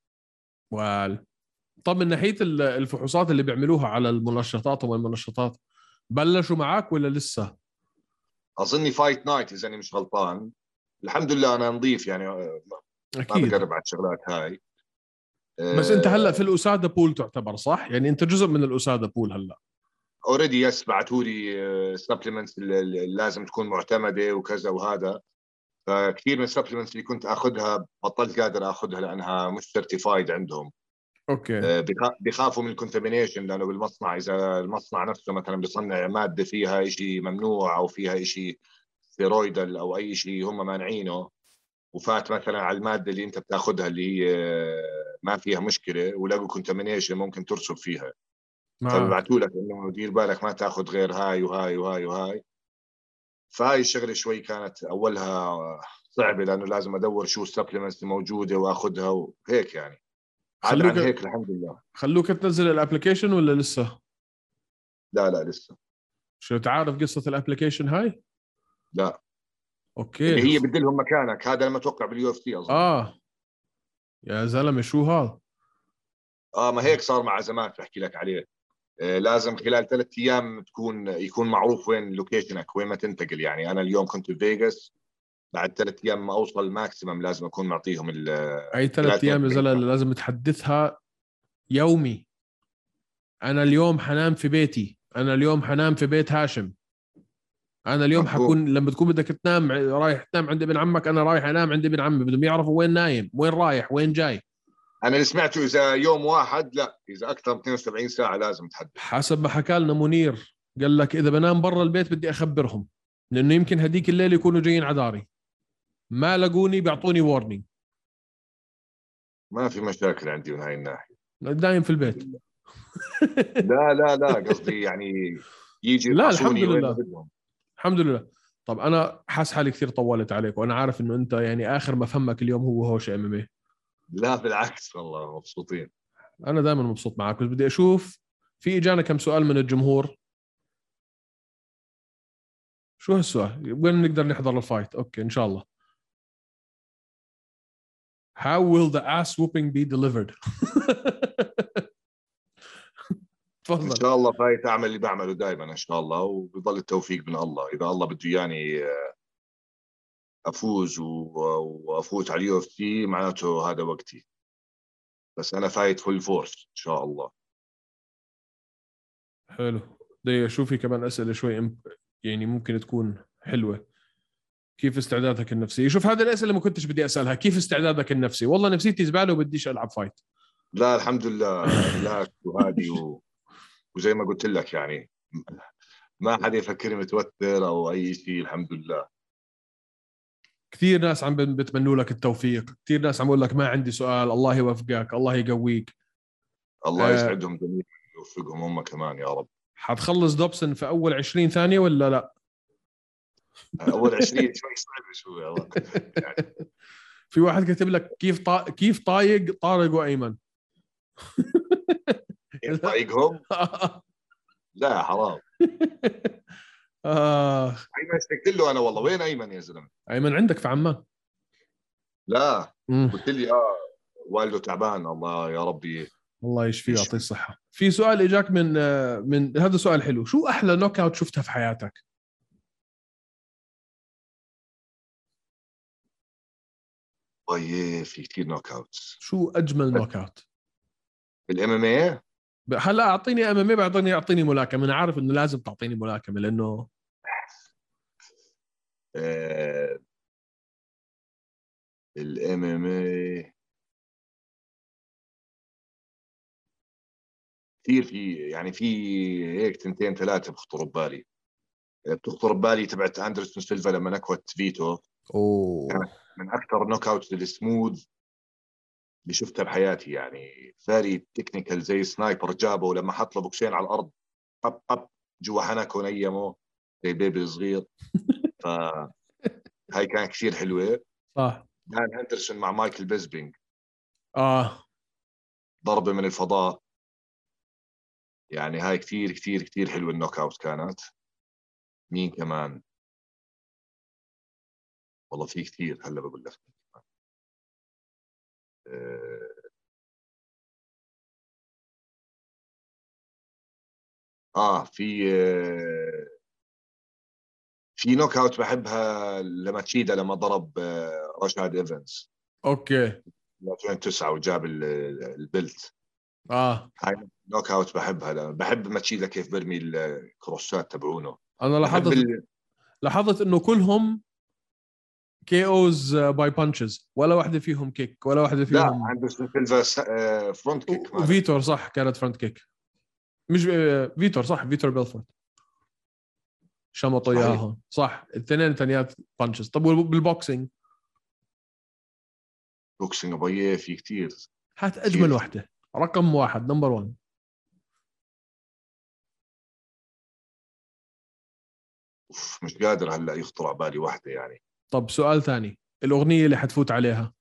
وال طب من ناحيه ال- الفحوصات اللي بيعملوها على المنشطات والمنشطات، بلشوا معك ولا لسه؟ اظني فايت نايت اذا انا مش غلطان. الحمد لله انا نظيف يعني، آه، ما اكيد. بقرب على الشغلات هاي. بس انت هلا في آه، الاساده بول تعتبر صح؟ يعني انت جزء من الاساده بول هلا. اوريدي يس، بعثوا لي سبلمنتس اللي لازم تكون معتمده وكذا وهذا. فكثير من السبلمنتس اللي كنت اخذها بطلت قادر اخذها لانها مش سيرتيفايد عندهم. اوكي. آه، بخا- بخافوا من الكونتامينيشن، لانه بالمصنع اذا المصنع نفسه مثلا بيصنع ماده فيها شيء ممنوع او فيها شيء ستيرويدال او اي شيء هم مانعينه، وفات مثلا على الماده اللي انت بتاخذها اللي هي آه، ما فيها مشكله، ولقوا كونتامينيشن ممكن ترسب فيها. معك. فبيبعثوا لك انه دير بالك ما تاخذ غير هاي وهاي وهاي وهاي. فهاي الشغله شوي كانت اولها صعبه، لانه لازم ادور شو السبلمنتس الموجوده واخذها وهيك يعني. عدا خلوك عن هيك الحمد لله. خلوك تنزل الابلكيشن ولا لسه؟ لا لا لسه. شو تعرف قصه الابلكيشن هاي؟ لا، اللي اوكي. هي بدلهم مكانك، هذا لما توقع باليو اف سي اظن. اه يا زلمه شو هذا؟ اه ما هيك صار مع عزمات بحكي لك عليه. آه لازم خلال ثلاث ايام تكون يكون معروف وين لوكيشنك، وين ما تنتقل يعني. انا اليوم كنت في فيغاس، بعد ثلاث ايام ما اوصل ماكسيمم لازم اكون معطيهم ال- اي خلال ثلاث ايام يا اثنين وسبعين زلمه ساعه. لازم تحدثها يومي. انا اليوم حنام في بيتي، انا اليوم حنام في بيت هاشم، انا اليوم مفهوم. حكون لما تكون بدك تنام رايح تنام عند ابن عمك، انا رايح انام عند ابن عمي، بدهم يعرفوا وين نايم وين رايح وين جاي. انا اللي سمعته اذا يوم واحد لا، اذا اكثر من اثنين وسبعين ساعه لازم تحدد. حسب ما حكى لنا منير، قال لك اذا بنام برا البيت بدي اخبرهم، لانه يمكن هديك الليل يكونوا جايين عداري، ما لقوني بيعطوني وارنينج. ما في مشاكل عندي من هاي الناحيه. دايم في الحمد البيت. لله. لا لا لا، قصدي يعني يجي لا الحمد يفحصوني وين ما لله. بدهم. الحمد لله. طب انا حاس حالي كثير طولت عليك، وانا عارف انه انت يعني اخر ما فهمك اليوم هو هوش ام ام اي. لا بالعكس والله مبسوطين. انا دائما مبسوط معك، بس بدي اشوف في اجانا كم سؤال من الجمهور. شو هالسؤال؟ وين نقدر نحضر الفايت؟ اوكي ان شاء الله. How will the ass whooping be delivered؟ ان تفضل. شاء الله فايت اعمل اللي بعمله دائما ان شاء الله، وبضل التوفيق من الله. اذا الله بده ياني افوز وافوت على اليو اف سي معناته هذا وقتي، بس انا فايت فول فورس ان شاء الله. حلو. بدي اشوف في كمان اسئله شوي يعني ممكن تكون حلوه. كيف استعدادك النفسي؟ شوف هذه الاسئله ما كنتش بدي اسالها. كيف استعدادك النفسي؟ والله نفسيتي زباله وبديش العب فايت. لا الحمد لله ريلاكس وهادي و... وزي ما قلت لك يعني ما حدا يفكرني متوتر او اي شيء، الحمد لله. كثير ناس عم بتمنوا لك التوفيق، كثير ناس عم يقول لك ما عندي سؤال، الله يوفقك، الله يقويك. الله آه يسعدهم جميعا ويوفقهم هم كمان يا رب. حتخلص دوبسون في اول عشرين ثانيه ولا لا؟ اول عشرين شوي صعب شو يا رب. يعني. في واحد كاتب لك كيف طا... كيف طايق طارق وايمن؟ طايقهم؟ لا حرام. آه. ايمن اشتقت له انا والله. وين ايمن يا زلمه؟ ايمن عندك في عمان؟ لا مم. قلت لي اه والده تعبان، الله يا ربي الله يشفيه ويعطيه الصحه. في سؤال اجاك من من هذا سؤال حلو. شو احلى نوك اوت شفتها في حياتك؟ طيب في كثير نوك اوتس. شو اجمل نوك اوت بالام ام اي؟ هلا اعطيني ام ام اي، بعطيني اعطيني ملاكمه. انا عارف انه لازم تعطيني ملاكمه لانه الام ام اي كثير. في يعني في هيك تنتين ثلاثه بخطروا ببالي. بتخطر ببالي تبعت اندرسون سيلفا لما نكوت فيتو. اوه كانت من اكثر نوك اوت السموث اللي شفتها بحياتي. يعني فاري تكنيكال زي سنايبر جابه، ولما حط له بوكسين على الارض طب طب جوا حنكه نيمه زي بيبي صغير. ف هاي كانت كثير حلوه. صح. دان هندرسون مع مايكل بيسبينج، اه ضربه من الفضاء. يعني هاي كثير كثير كثير حلوه النوك اوت كانت. مين كمان؟ والله في كثير هلا بقول لك. اه في آه في نوك اوت بحبها لما تشيدا لما ضرب آه راشاد ايفنز اوكي ألفين وتسعة وجاب البلت. اه هاي نوك اوت بحبها. لما بحب ماتشيدا كيف برمي الكروسات تبعونه. انا لاحظت ال... لاحظت انه كلهم كي اوز باي بانشز، ولا واحده فيهم كيك، ولا واحده فيهم. لا اندرسون سيلفا فرونت كيك. وفيتور صح كانت فرونت كيك. مش فيتور صح، فيتور بيلفورد شمطوا اياهم صح. الاثنين ثانيات بانشز. طب بالبوكسينج؟ بوكسينج ابويه في كثير. هات اجمل واحده، رقم واحد، نمبر واحد. اوف مش قادر هلا يخطر على بالي واحده يعني. طب سؤال ثاني، الاغنيه اللي حتفوت عليها؟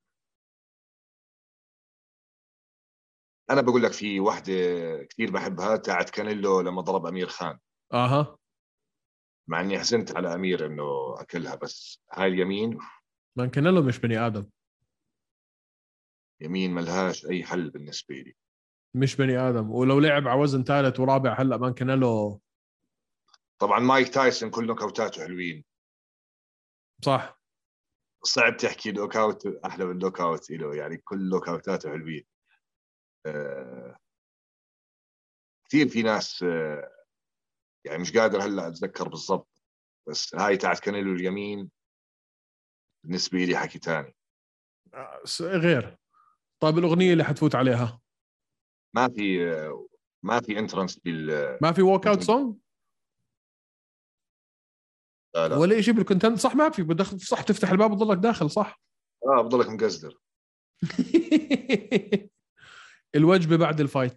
انا بقول لك في واحده كثير بحبها تاعت كانيلو لما ضرب امير خان. اها. مع اني حزنت على امير انه اكلها، بس هاي اليمين. مان كانيلو مش بني ادم. يمين ملهاش اي حل بالنسبه لي. مش بني ادم، ولو لعب على وزن ثالث ورابع هلا مان كانيلو. طبعا مايك تايسون كل نوكاوتاته حلوين. صح. صعب تحكي نوك اوت احلى من نوك اوت له، يعني كل نوكاوتاته حلوين. آه كثير في ناس آه يعني مش قادر هلا اتذكر بالضبط، بس هاي تاعت كانيلو اليمين بالنسبه لي حكي ثاني. غير. طيب الاغنيه اللي حتفوت عليها؟ ما في آه ما في انترنس بال ما في ووك اوت سونج ولا شيء بالكونتنت صح؟ ما في بدخل صح، تفتح الباب وتضلك داخل صح. اه بضلك مقزدر. الوجبه بعد الفايت؟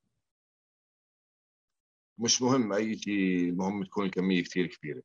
مش مهم اي شيء، المهم تكون الكميه كثير كبيره.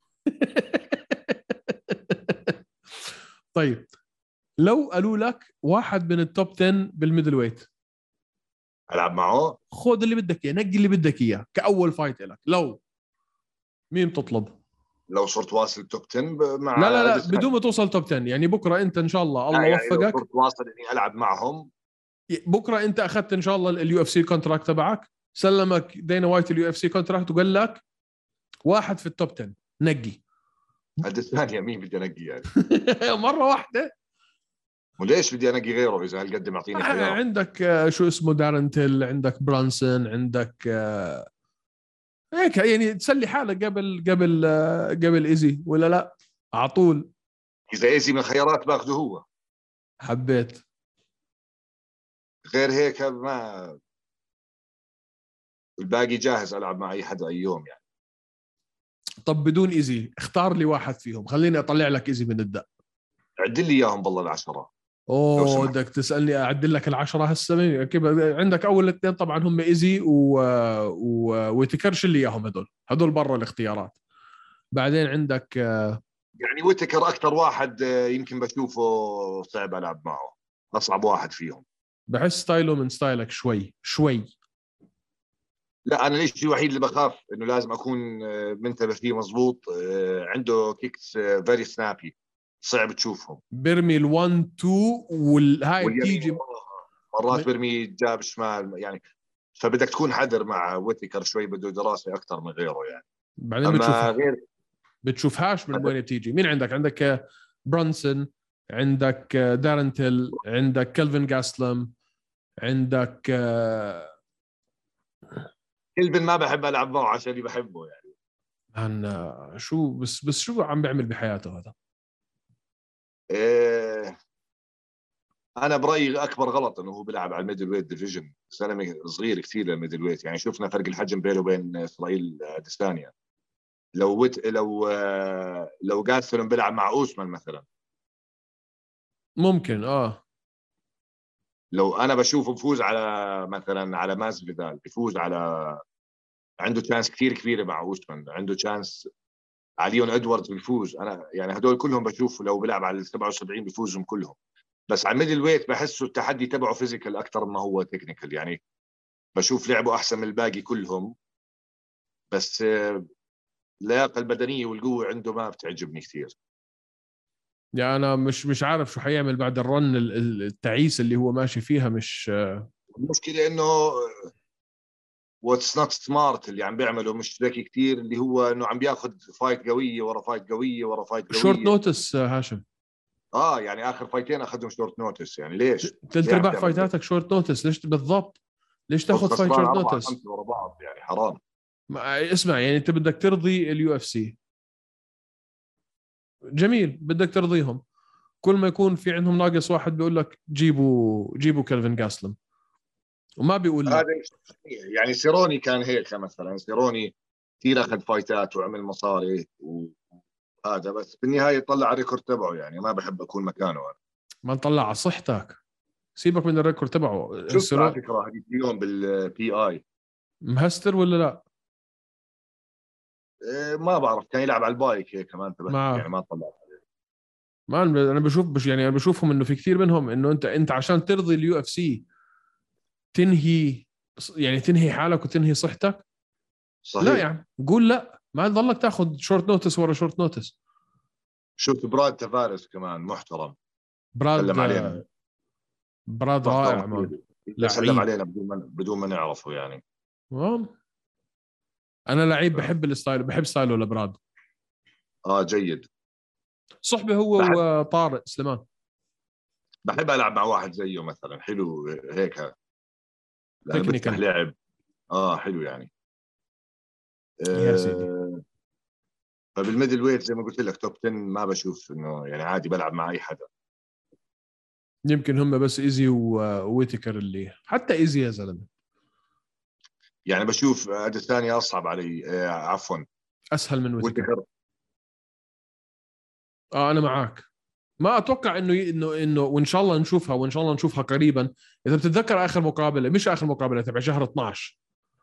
طيب لو قالوا لك واحد من التوب عشرة بالميدل ويت العب معه؟ خذ اللي بدك اياه، نقي اللي بدك اياه كاول فايت لك، لو مين بتطلب؟ لو صرت واصل توب عشرة مع لا لا لا أديسانيا. بدون ما توصل توب عشرة، يعني بكره انت ان شاء الله الله يعني لو وفقك، صرت واصل اني العب معهم، بكره انت اخذت ان شاء الله اليو اف سي كونتراكت تبعك، سلمك دينا وايت اليو اف سي كونتراكت وقال لك واحد في التوب عشرة نقي. أديسانيا مين بدي انقي يعني؟ مره واحده. وليش بدي انقي غيره اذا هالقد معطيني خيار؟ عندك آه، شو اسمه دارن تيل، عندك برانسون، عندك آه، هيك يعني تسلي حالك قبل قبل آه، قبل ايزي ولا لا على طول. اذا ايزي من الخيارات باخذه هو، حبيت. غير هيك ما الباقي جاهز العب مع اي حدا اي يوم يعني. طب بدون ايزي اختار لي واحد فيهم، خليني اطلع لك ايزي من الدق. عدل لي اياهم بالله العشرة لو اوه سمحت. بدك تسالني اعدل لك العشره هسه كيف؟ عندك اول اثنين طبعا هم ايزي و... و... وتكرش اللي اياهم، هدول هدول برا الاختيارات. بعدين عندك يعني ويتكر اكثر واحد آه، يمكن بشوفه صعب العب معه، اصعب واحد فيهم. بحس ستايله من ستايلك شوي شوي. لا انا الشيء الوحيد اللي بخاف انه لازم اكون آه، منتبه فيه مزبوط، آه، عنده كيكس فيري سنابي، صعب تشوفهم. بيرمي ال1 اتنين والهاي واليمين بتيجي مرات برمي جاب شمال يعني، فبدك تكون حذر مع ويتكر شوي، بده دراسه اكثر من غيره يعني. بعدين اما بتشوفها غير بتشوفهاش من وين بتيجي. مين عندك؟ عندك برانسون، عندك دارنتل، عندك كلفن جاسلم، عندك كلبن ما بحب العب معه عشان بحبه يعني. عن شو بس بس شو عم بيعمل بحياته هذا؟ إيه انا برايي اكبر غلط انه هو بيلعب على الميدل ويت ديفيجن، زلمه صغير كثير للميدل ويت، يعني شفنا فرق الحجم بينه وبين اسرائيل اديسانيا. لو ويت لو آه، لو جاسلم بيلعب مع اوسمان مثلا، ممكن اه. لو انا بشوفه بفوز على مثلا على مازفيدال، بفوز على، عنده تشانس كثير كبيره مع اوسمان، عنده تشانس على ليون ادواردز بيفوز. انا يعني هدول كلهم بشوف لو بيلعب على ال سبعة وسبعين بيفوزهم كلهم. بس على الميدل ويت بحسه التحدي تبعه فيزيكال اكثر ما هو تكنيكال يعني، بشوف لعبه احسن من الباقي كلهم، بس آه، اللياقه البدنيه والقوه عنده ما بتعجبني كثير. يعني انا مش مش عارف شو حيعمل بعد الرن ال- ال- التعيس اللي هو ماشي فيها. مش المشكله انه واتس نوت سمارت اللي عم بيعمله، مش ذكي كثير، اللي هو انه عم بياخذ فايت قويه ورا فايت قويه ورا فايت شورت قويه. نوتس هاشم. اه يعني اخر فايتين اخذهم شورت نوتس، يعني ليش؟ ثلث ليه عم ارباع تعمل هيك؟ فايتاتك شورت نوتس، ليش بالضبط؟ ليش فوز تاخذ فايت خسران شورت أربعة نوتس؟ خمسة ورا بعض، يعني حرام. اسمع يعني انت بدك ترضي اليو اف سي، جميل بدك ترضيهم، كل ما يكون في عندهم ناقص واحد بيقول لك جيبوا جيبوا كلفن جاسلم، وما بيقول هذا لا. مش صحيح. يعني سيروني كان هيك مثلا، سيروني كثير اخذ فايتات وعمل مصاري وهذا، بس بالنهايه طلع على الريكورد تبعه، يعني ما بحب اكون مكانه أنا. ما نطلع على صحتك، سيبك من الريكورد تبعه. شفت على سيرو فكره هذيك اليوم بالبي اي، مهستر ولا لا؟ إيه ما بعرف، كان يلعب على البايك هيك كمان انتبهت يعني، ما ما طلع. ما انا بشوف بش يعني انا بشوفهم انه في كثير منهم انه انت انت عشان ترضي اليو اف سي تنهي، يعني تنهي حالك وتنهي صحتك. لا صحيح. يعني قول لا، ما تضلك تاخذ شورت نوتس ورا شورت نوتس. شفت براد تافاريس كمان محترم، براد سلم علينا، براد محترم رائع مان، كثير، سلم لعيب. علينا بدون ما بدون ما نعرفه يعني. آه. انا لعيب ف... بحب الستايل، بحب ستايله لبراد. اه جيد. صحبه هو بحب وطارق سليمان. بحب العب مع واحد زيه مثلا، حلو هيك، لانه بيفتح تكنيكال لعب. اه حلو يعني. يا سيدي. آه فبالميدل ويت زي ما قلت لك توب عشرة ما بشوف انه يعني، عادي بلعب مع اي حدا. يمكن هم بس ايزي وويتكر اللي حتى ايزي يا زلمه يعني بشوف اديسانيا اصعب علي، آه عفوا اسهل من ويتكر. ويتكر. اه انا معك. ما اتوقع انه انه انه وان شاء الله نشوفها، وان شاء الله نشوفها قريبا. اذا بتتذكر اخر مقابله، مش اخر مقابله تبع شهر اثناشر،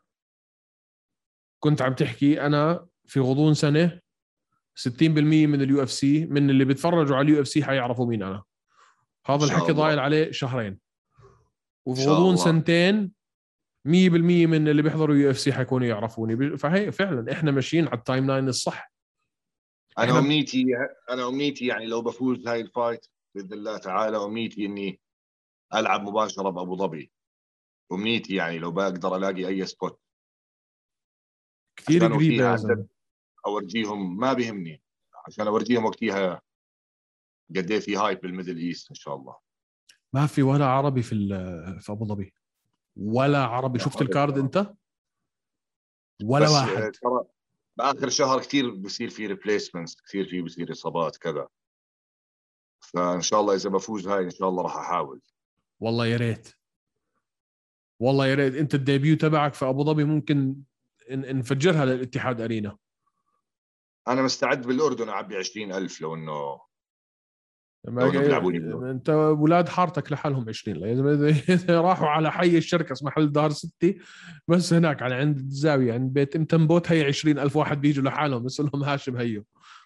كنت عم تحكي انا في غضون سنه ستين بالمية من اليو اف سي، من اللي بيتفرجوا على اليو اف سي حيعرفوا مين انا. ان هذا شاء الحكي الله. ضايل عليه شهرين، ان وفي شاء غضون الله. سنتين مية بالمية من اللي بيحضروا يو اف سي حيكونوا يعرفوني. فهي فعلا احنا ماشيين على التايم لاين الصح. انا إحنا- امنيتي انا امنيتي يعني لو بفوز هاي الفايت باذن الله تعالى، امنيتي اني العب مباشره بابو ظبي. امنيتي يعني لو بقدر الاقي اي سبوت كثير عشان قريبه فيها يا عن زلمه. جد اورجيهم، ما بيهمني، عشان اورجيهم وقتها قد ايه في هايب بالميدل ايست ان شاء الله. ما في ولا عربي في ال- في ابو ظبي، ولا عربي. لا شفت حول الكارد ولا قوة. انت؟ ولا بس واحد. آه، ترى باخر شهر كثير بصير في ريبليسمنتس، كثير في بصير اصابات كذا، فان شاء الله اذا بفوز هاي ان شاء الله راح احاول. والله يا ريت، والله يا ريت. انت الديبيو تبعك في ابو ظبي ممكن ن- نفجرها للاتحاد ارينا. انا مستعد بالاردن اعبي عشرين ألف لو انه ما لو انه بيلعبوني بالاردن. انت اولاد حارتك لحالهم عشرين، لا اذا إذا راحوا على حي الشركس محل دار ستي، بس هناك على عند الزاويه عند بيت ام تنبوت، هي عشرين ألف واحد بيجوا لحالهم، بس لهم هاشم هيو.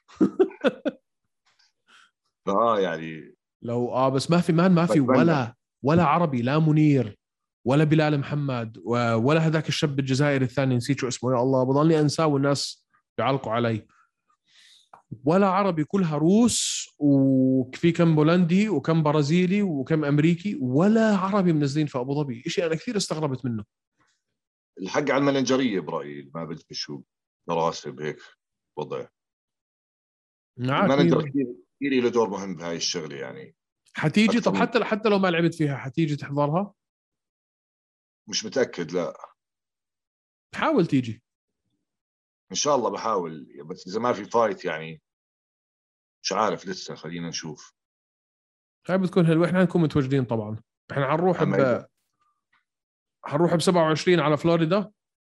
فاه يعني لو اه بس ما في مان، ما في بتمنى. ولا ولا عربي، لا منير ولا بلال محمد و- ولا هذاك الشاب الجزائري الثاني نسيت شو اسمه، يا الله بضلني انساه والناس بيعلقوا علي. ولا عربي، كلها روس، وفي كم بولندي وكم برازيلي وكم امريكي، ولا عربي منزلين في ابو ظبي. شيء انا كثير استغربت منه. الحق على المانجريه برايي، ما بدي شو راسب هيك وضع. معك المانجر مين؟ كثير كثير له دور مهم بهاي الشغله يعني. حتيجي؟ اكثر طب من، حتى حتى لو ما لعبت فيها حتيجي تحضرها؟ مش متاكد لا. حاول تيجي. ان شاء الله بحاول، بس اذا ما في فايت يعني مش عارف لسه، خلينا نشوف. هاي بتكون حلوه. احنا حنكون متواجدين طبعا. احنا حنروح اما اذا ب حنروح ب سبعة وعشرين على فلوريدا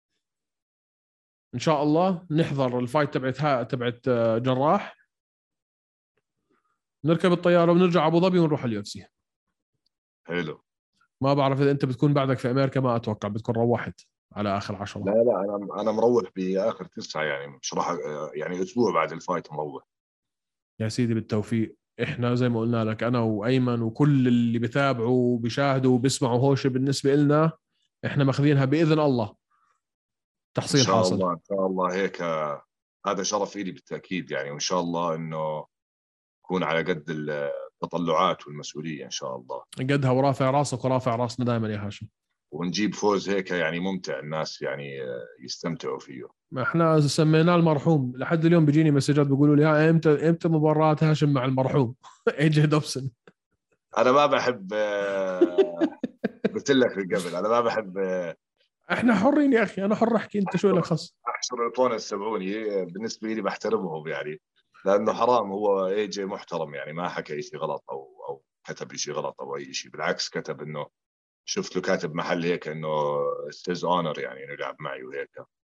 ان شاء الله، نحضر الفايت تبعت ها تبعت آه، جراح، نركب الطياره ونرجع ابو ظبي ونروح اليو اف سي. حلو. ما بعرف اذا انت بتكون بعدك في امريكا، ما اتوقع بتكون روحت على اخر لا عشرة. لا انا انا مروح باخر تسعه يعني، مش راح يعني اسبوع بعد الفايت مروح. يا سيدي بالتوفيق. احنا زي ما قلنا لك، انا وايمن وكل اللي بتابعوا وبيشاهدوا وبيسمعوا هوشه، بالنسبه لنا احنا ماخذينها باذن الله ان تحصيل شاء حاصل. الله ان شاء الله هيك، هذا شرف لي بالتاكيد يعني، وان شاء الله انه يكون على قد التطلعات والمسؤوليه ان شاء الله، قدها ورافع راسك ورافع راسنا دائما يا هاشم. ونجيب فوز هيك يعني ممتع، الناس يعني يستمتعوا فيه. ما احنا سميناه المرحوم، لحد اليوم بيجيني مسجات بيقولوا لي ها امتى امتى مباراه هاشم مع المرحوم اي جي دوبسون. انا ما بحب آه، قلت لك من قبل انا ما بحب آه، احنا حرين يا اخي، انا حر احكي، انت شو لك خص؟ احشر الطون السبعوني. آه، بالنسبه لي بحترمهم يعني، لانه حرام، هو اي جي محترم يعني، ما حكى شيء غلط او او كتب شيء غلط او اي شيء، بالعكس كتب انه شفت له كاتب محل هيك انه ستيز اونر يعني انه يلعب معي وهيك.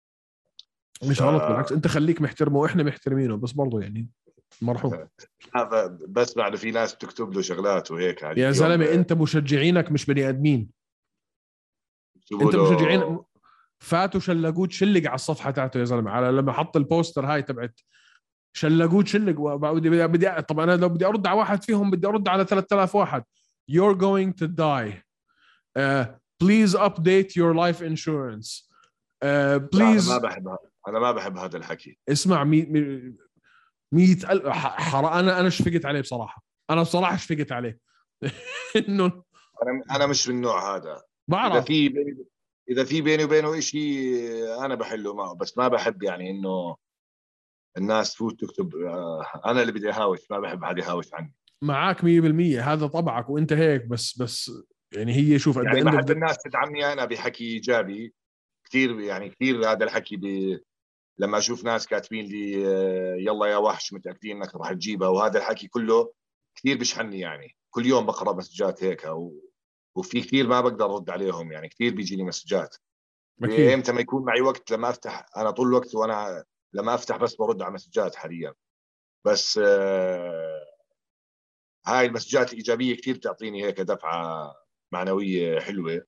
مش ف غلط، بالعكس انت خليك محترمه واحنا محترمينه، بس برضه يعني مرحوم. هذا بس بعد في ناس بتكتب له شغلات وهيك يا هذيك يوم زلمه آه، انت مشجعينك مش بني ادمين. بيكتبوا انت له. مشجعين فاتوا شلقوه تشلق على الصفحه تاعته يا زلمه، على لما حط البوستر هاي تبعت شلقوه تشلق. بدي بدي بدي طب انا لو بدي ارد على واحد فيهم بدي ارد على ثلاثة آلاف واحد. You're going to die. Uh, please update your life insurance. Uh, لا انا ما please بحب ه- انا ما بحب هذا الحكي. اسمع. مي... مي... مية ألف حر... انا انا شفقت عليه بصراحه. انا بصراحه شفقت عليه انه انا انا مش من النوع هذا. اذا بعرف. في بيني اذا في بيني وبينه شيء انا بحله معه، بس ما بحب يعني انه الناس تفوت تكتب آه، انا اللي بدي اهاوش، ما بحب حد يهاوش عني. معاك مية بالمية، هذا طبعك وانت هيك، بس بس يعني هي شوف at the يعني end of بحب the... الناس تدعمني انا بحكي ايجابي كثير يعني، كثير هذا الحكي ب... لما اشوف ناس كاتبين لي آه، يلا يا وحش متاكدين انك راح تجيبها، وهذا الحكي كله كثير بشحنني يعني. كل يوم بقرا مسجات هيك و... وفي كثير ما بقدر ارد عليهم يعني، كثير بيجيني مسجات. اكيد. امتى ما يكون معي وقت لما افتح انا طول الوقت، وانا لما افتح بس برد على مسجات حاليا. بس آه هاي المسجات الايجابيه كثير بتعطيني هيك دفعه معنويه حلوه.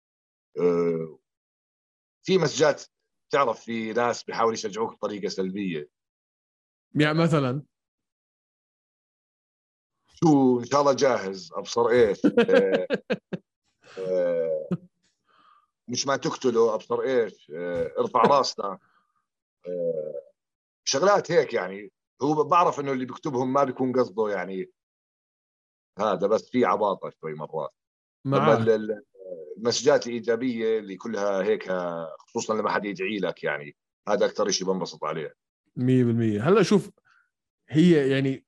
آه في مسجات، تعرف في ناس بيحاولوا يشجعوك بطريقه سلبيه. يعني مثلا شو ان شاء الله جاهز ابصر ايش آه آه مش ما تقتله ابصر ايش آه ارفع راسنا، آه شغلات هيك يعني. هو بعرف انه اللي بيكتبهم ما بيكون قصده يعني هذا، بس في عباطه شوي مرات. اما معك المسجات الايجابيه اللي كلها هيك، خصوصا لما حد يدعي لك، يعني هذا اكثر شيء بنبسط عليه. مية بالمية. هلا شوف، هي يعني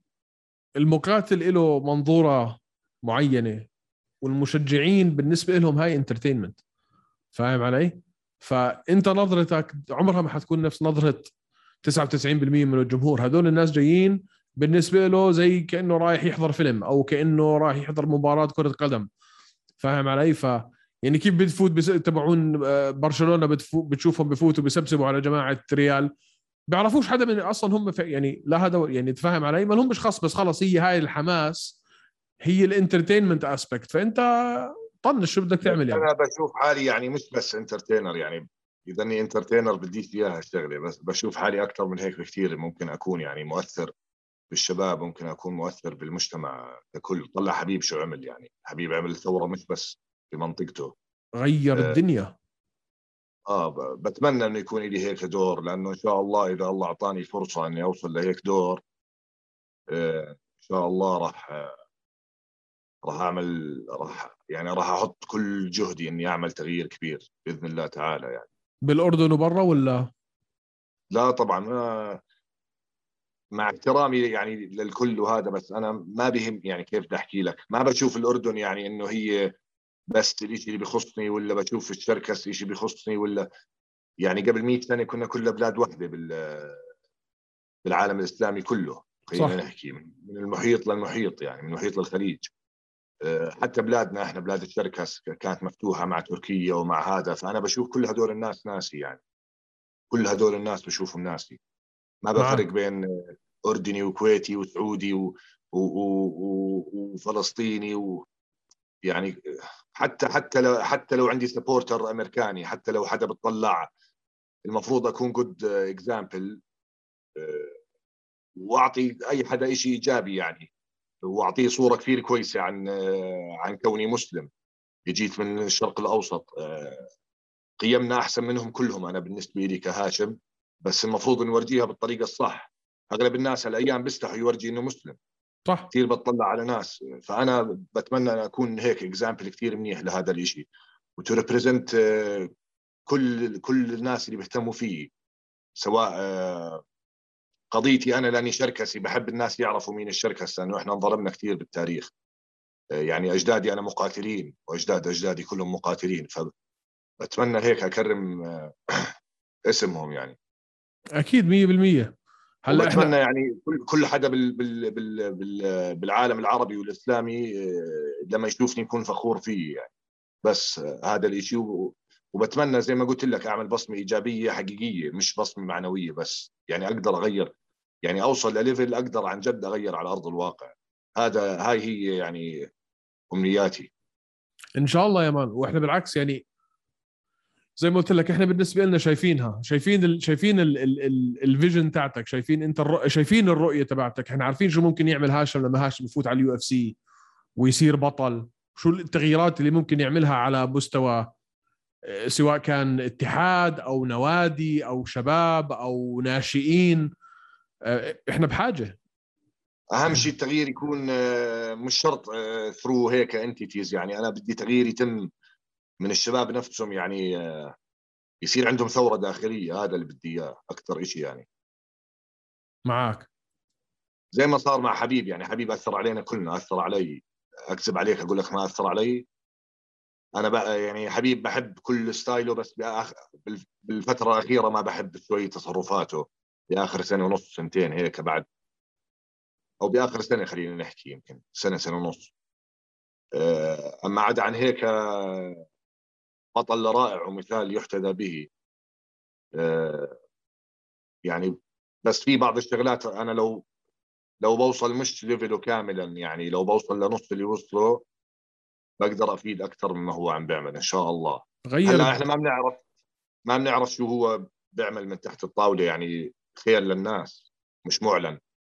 المقاتل له منظورة معينة، والمشجعين بالنسبة لهم هاي انترتينمنت، فاهم علي؟ فانت نظرتك عمرها ما حتكون نفس نظرة تسعة وتسعين بالمية من الجمهور. هذول الناس جايين بالنسبة له زي كأنه رايح يحضر فيلم أو كأنه رايح يحضر مباراة كرة قدم، فاهم علي؟ ف يعني كيف بتفوت بس... تبعون آه، برشلونة بتفو... بتشوفهم بفوتوا بيسبسبوا على جماعة ريال، بيعرفوش حدا من اصلا هم في... يعني لا هذا يعني تفهم علي، ما لهمش خاص، بس خلص هي هاي الحماس، هي الانترتينمنت اسبكت، فانت طنش شو بدك بس تعمل يعني. انا بشوف حالي يعني مش بس انترتينر، يعني اذا اني انترتينر بديش اياها الشغله، بس بشوف حالي اكثر من هيك بكثير. ممكن اكون يعني مؤثر بالشباب، ممكن اكون مؤثر بالمجتمع ككل. طلع حبيب شو عمل، يعني حبيب عمل ثوره مش بس في منطقته. غير اه, الدنيا. آه ب- بتمنى انه يكون لي هيك دور، لانه ان شاء الله اذا الله اعطاني فرصه اني اوصل لهيك دور، آه ان شاء الله راح راح اعمل راح يعني راح احط كل جهدي اني اعمل تغيير كبير باذن الله تعالى يعني. بالاردن وبرا ولا؟ لا طبعا، ما مع احترامي يعني للكل وهذا، بس انا ما بهم يعني كيف بدي احكي لك، ما بشوف الاردن يعني انه هي بس الشيء اللي بيخصني، ولا بشوف الشركس شيء بيخصني، ولا يعني قبل مئة سنه كنا كلنا بلاد واحده بالعالم الاسلامي كله، خلينا صح. نحكي من المحيط للمحيط، يعني من المحيط للخليج. أه، حتى بلادنا احنا بلاد الشركس كانت مفتوحه مع تركيا ومع هذا، فانا بشوف كل هدول الناس ناسي، يعني كل هدول الناس بشوفهم ناسي. ما بفرق معك. بين اردني وكويتي وسعودي و... و... و... وفلسطيني و... يعني حتى حتى لو حتى لو عندي سبورتر امريكاني، حتى لو حدا بتطلع، المفروض اكون جود اكزامبل، واعطي اي حدا شيء ايجابي يعني، واعطيه صوره كثير كويسه عن آه، عن كوني مسلم، جيت من الشرق الاوسط. آه، قيمنا احسن منهم كلهم انا بالنسبه لي كهاشم، بس المفروض نورجيها بالطريقه الصح. اغلب الناس هالايام بيستحوا يورجي انه مسلم، صح. كثير بتطلع على ناس. فانا بتمنى أن اكون هيك اكزامبل كثير منيح لهذا الشيء، وتو ريبريزنت كل كل الناس اللي بيهتموا فيه، سواء آه، قضيتي انا لاني شركسي، بحب الناس يعرفوا مين الشركس، لانه احنا انظلمنا كثير بالتاريخ. آه، يعني اجدادي انا مقاتلين، واجداد اجدادي كلهم مقاتلين، فبتمنى هيك اكرم آه، اسمهم يعني. اكيد مية بالمية. هلا وبتمنى احنا يعني كل كل حدا بال بال بال بال بالعالم العربي والاسلامي آه، لما يشوفني يكون فخور فيه يعني. بس آه، هذا الاشي، وبتمنى زي ما قلت لك اعمل بصمه ايجابيه حقيقيه، مش بصمه معنويه بس، يعني اقدر اغير، يعني اوصل لليفل اقدر عن جد اغير على ارض الواقع. هذا هاي هي يعني امنياتي. ان شاء الله يا مان. واحنا بالعكس يعني زي ما قلت لك، احنا بالنسبه لنا شايفينها، شايفين ال... شايفين ال... ال... ال... الفيجن تاعتك، شايفين انت الرؤ... شايفين الرؤيه تبعتك. احنا عارفين شو ممكن يعمل هاشم لما هاشم يفوت على اليو اف سي ويصير بطل، شو التغييرات اللي ممكن يعملها على مستوى آه، سواء كان اتحاد او نوادي او شباب او ناشئين. آه، احنا بحاجه. اهم شيء التغيير يكون آه، مش شرط ثرو هيك انتيتيز، يعني انا بدي تغيير يتم من الشباب نفسهم، يعني آه، يصير عندهم ثوره داخليه، هذا اللي بدي اياه اكثر شيء يعني. معك. زي ما صار مع حبيب، يعني حبيب اثر علينا كلنا، اثر علي، اكذب عليك اقول لك ما اثر علي. انا بقى يعني حبيب بحب كل ستايله، بس بأخ... بالفتره الاخيره ما بحب شوي تصرفاته، باخر سنه ونص سنتين هيك بعد، او باخر سنه خلينا نحكي، يمكن سنه سنه ونص. آه، اما عدا عن هيك بطل رائع ومثال يحتذى به. آه، يعني بس في بعض الشغلات انا لو لو بوصل مش ليفله كاملا، يعني لو بوصل لنص اللي وصله، بقدر افيد اكثر مما هو عم بيعمل ان شاء الله. غير هلا الد... احنا ما بنعرف ما بنعرف شو هو بيعمل من تحت الطاوله، يعني خير للناس مش معلن،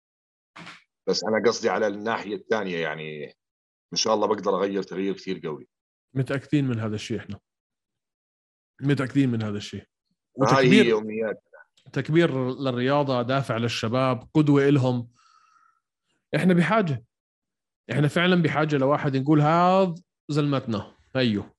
بس انا قصدي على الناحيه الثانيه، يعني ان شاء الله بقدر اغير تغيير كثير قوي. متاكدين من هذا الشيء، احنا متاكدين من هذا الشيء. فهاي هي وتكبير امنيات. تكبير للرياضة، دافع للشباب، قدوة إلهم. إحنا بحاجة إحنا فعلا بحاجة لواحد نقول هذا زلمتنا أيوه،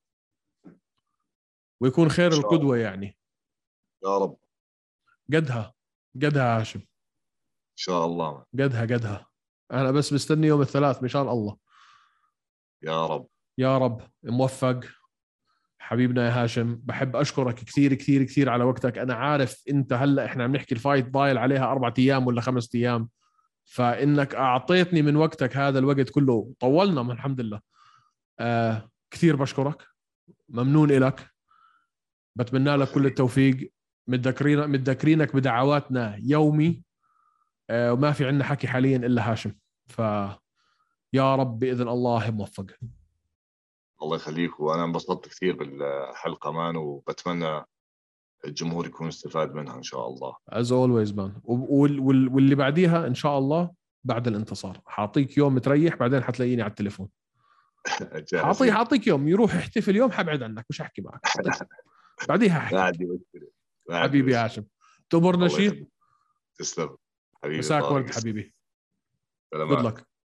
ويكون خير القدوة يعني. يا رب. قدها قدها هاشم، إن شاء الله. قدها قدها. أنا بس مستني يوم الثلاث مشان الله. يا رب يا رب. موفق حبيبنا يا هاشم، بحب أشكرك كثير كثير كثير على وقتك. أنا عارف أنت هلأ إحنا عم نحكي الفايت ضايل عليها أربعة أيام ولا خمسة أيام، فإنك أعطيتني من وقتك هذا الوقت كله، طولنا من الحمد لله. آه كثير بشكرك، ممنون إلك، بتمنى لك كل التوفيق. متذكرين متذكرينك بدعواتنا يومي. آه وما في عندنا حكي حاليا إلا هاشم، فيا رب بإذن الله موفق. الله يخليك، وأنا انبسطت كثير بالحلقة مان، وبتمنى الجمهور يكون استفاد منها إن شاء الله. as always man. وال وال واللي بعديها إن شاء الله بعد الانتصار حاعطيك يوم تريح، بعدين حتلاقيني على التليفون. حاعطيك حاعطيك يوم يروح يحتفل يوم، حبعد عنك مش أحكي معك بعديها أحكي. حبيبي يا هاشم، تأمرنا شيء؟ تسلم حبيبي. مساك ورد حبيبي. Good luck.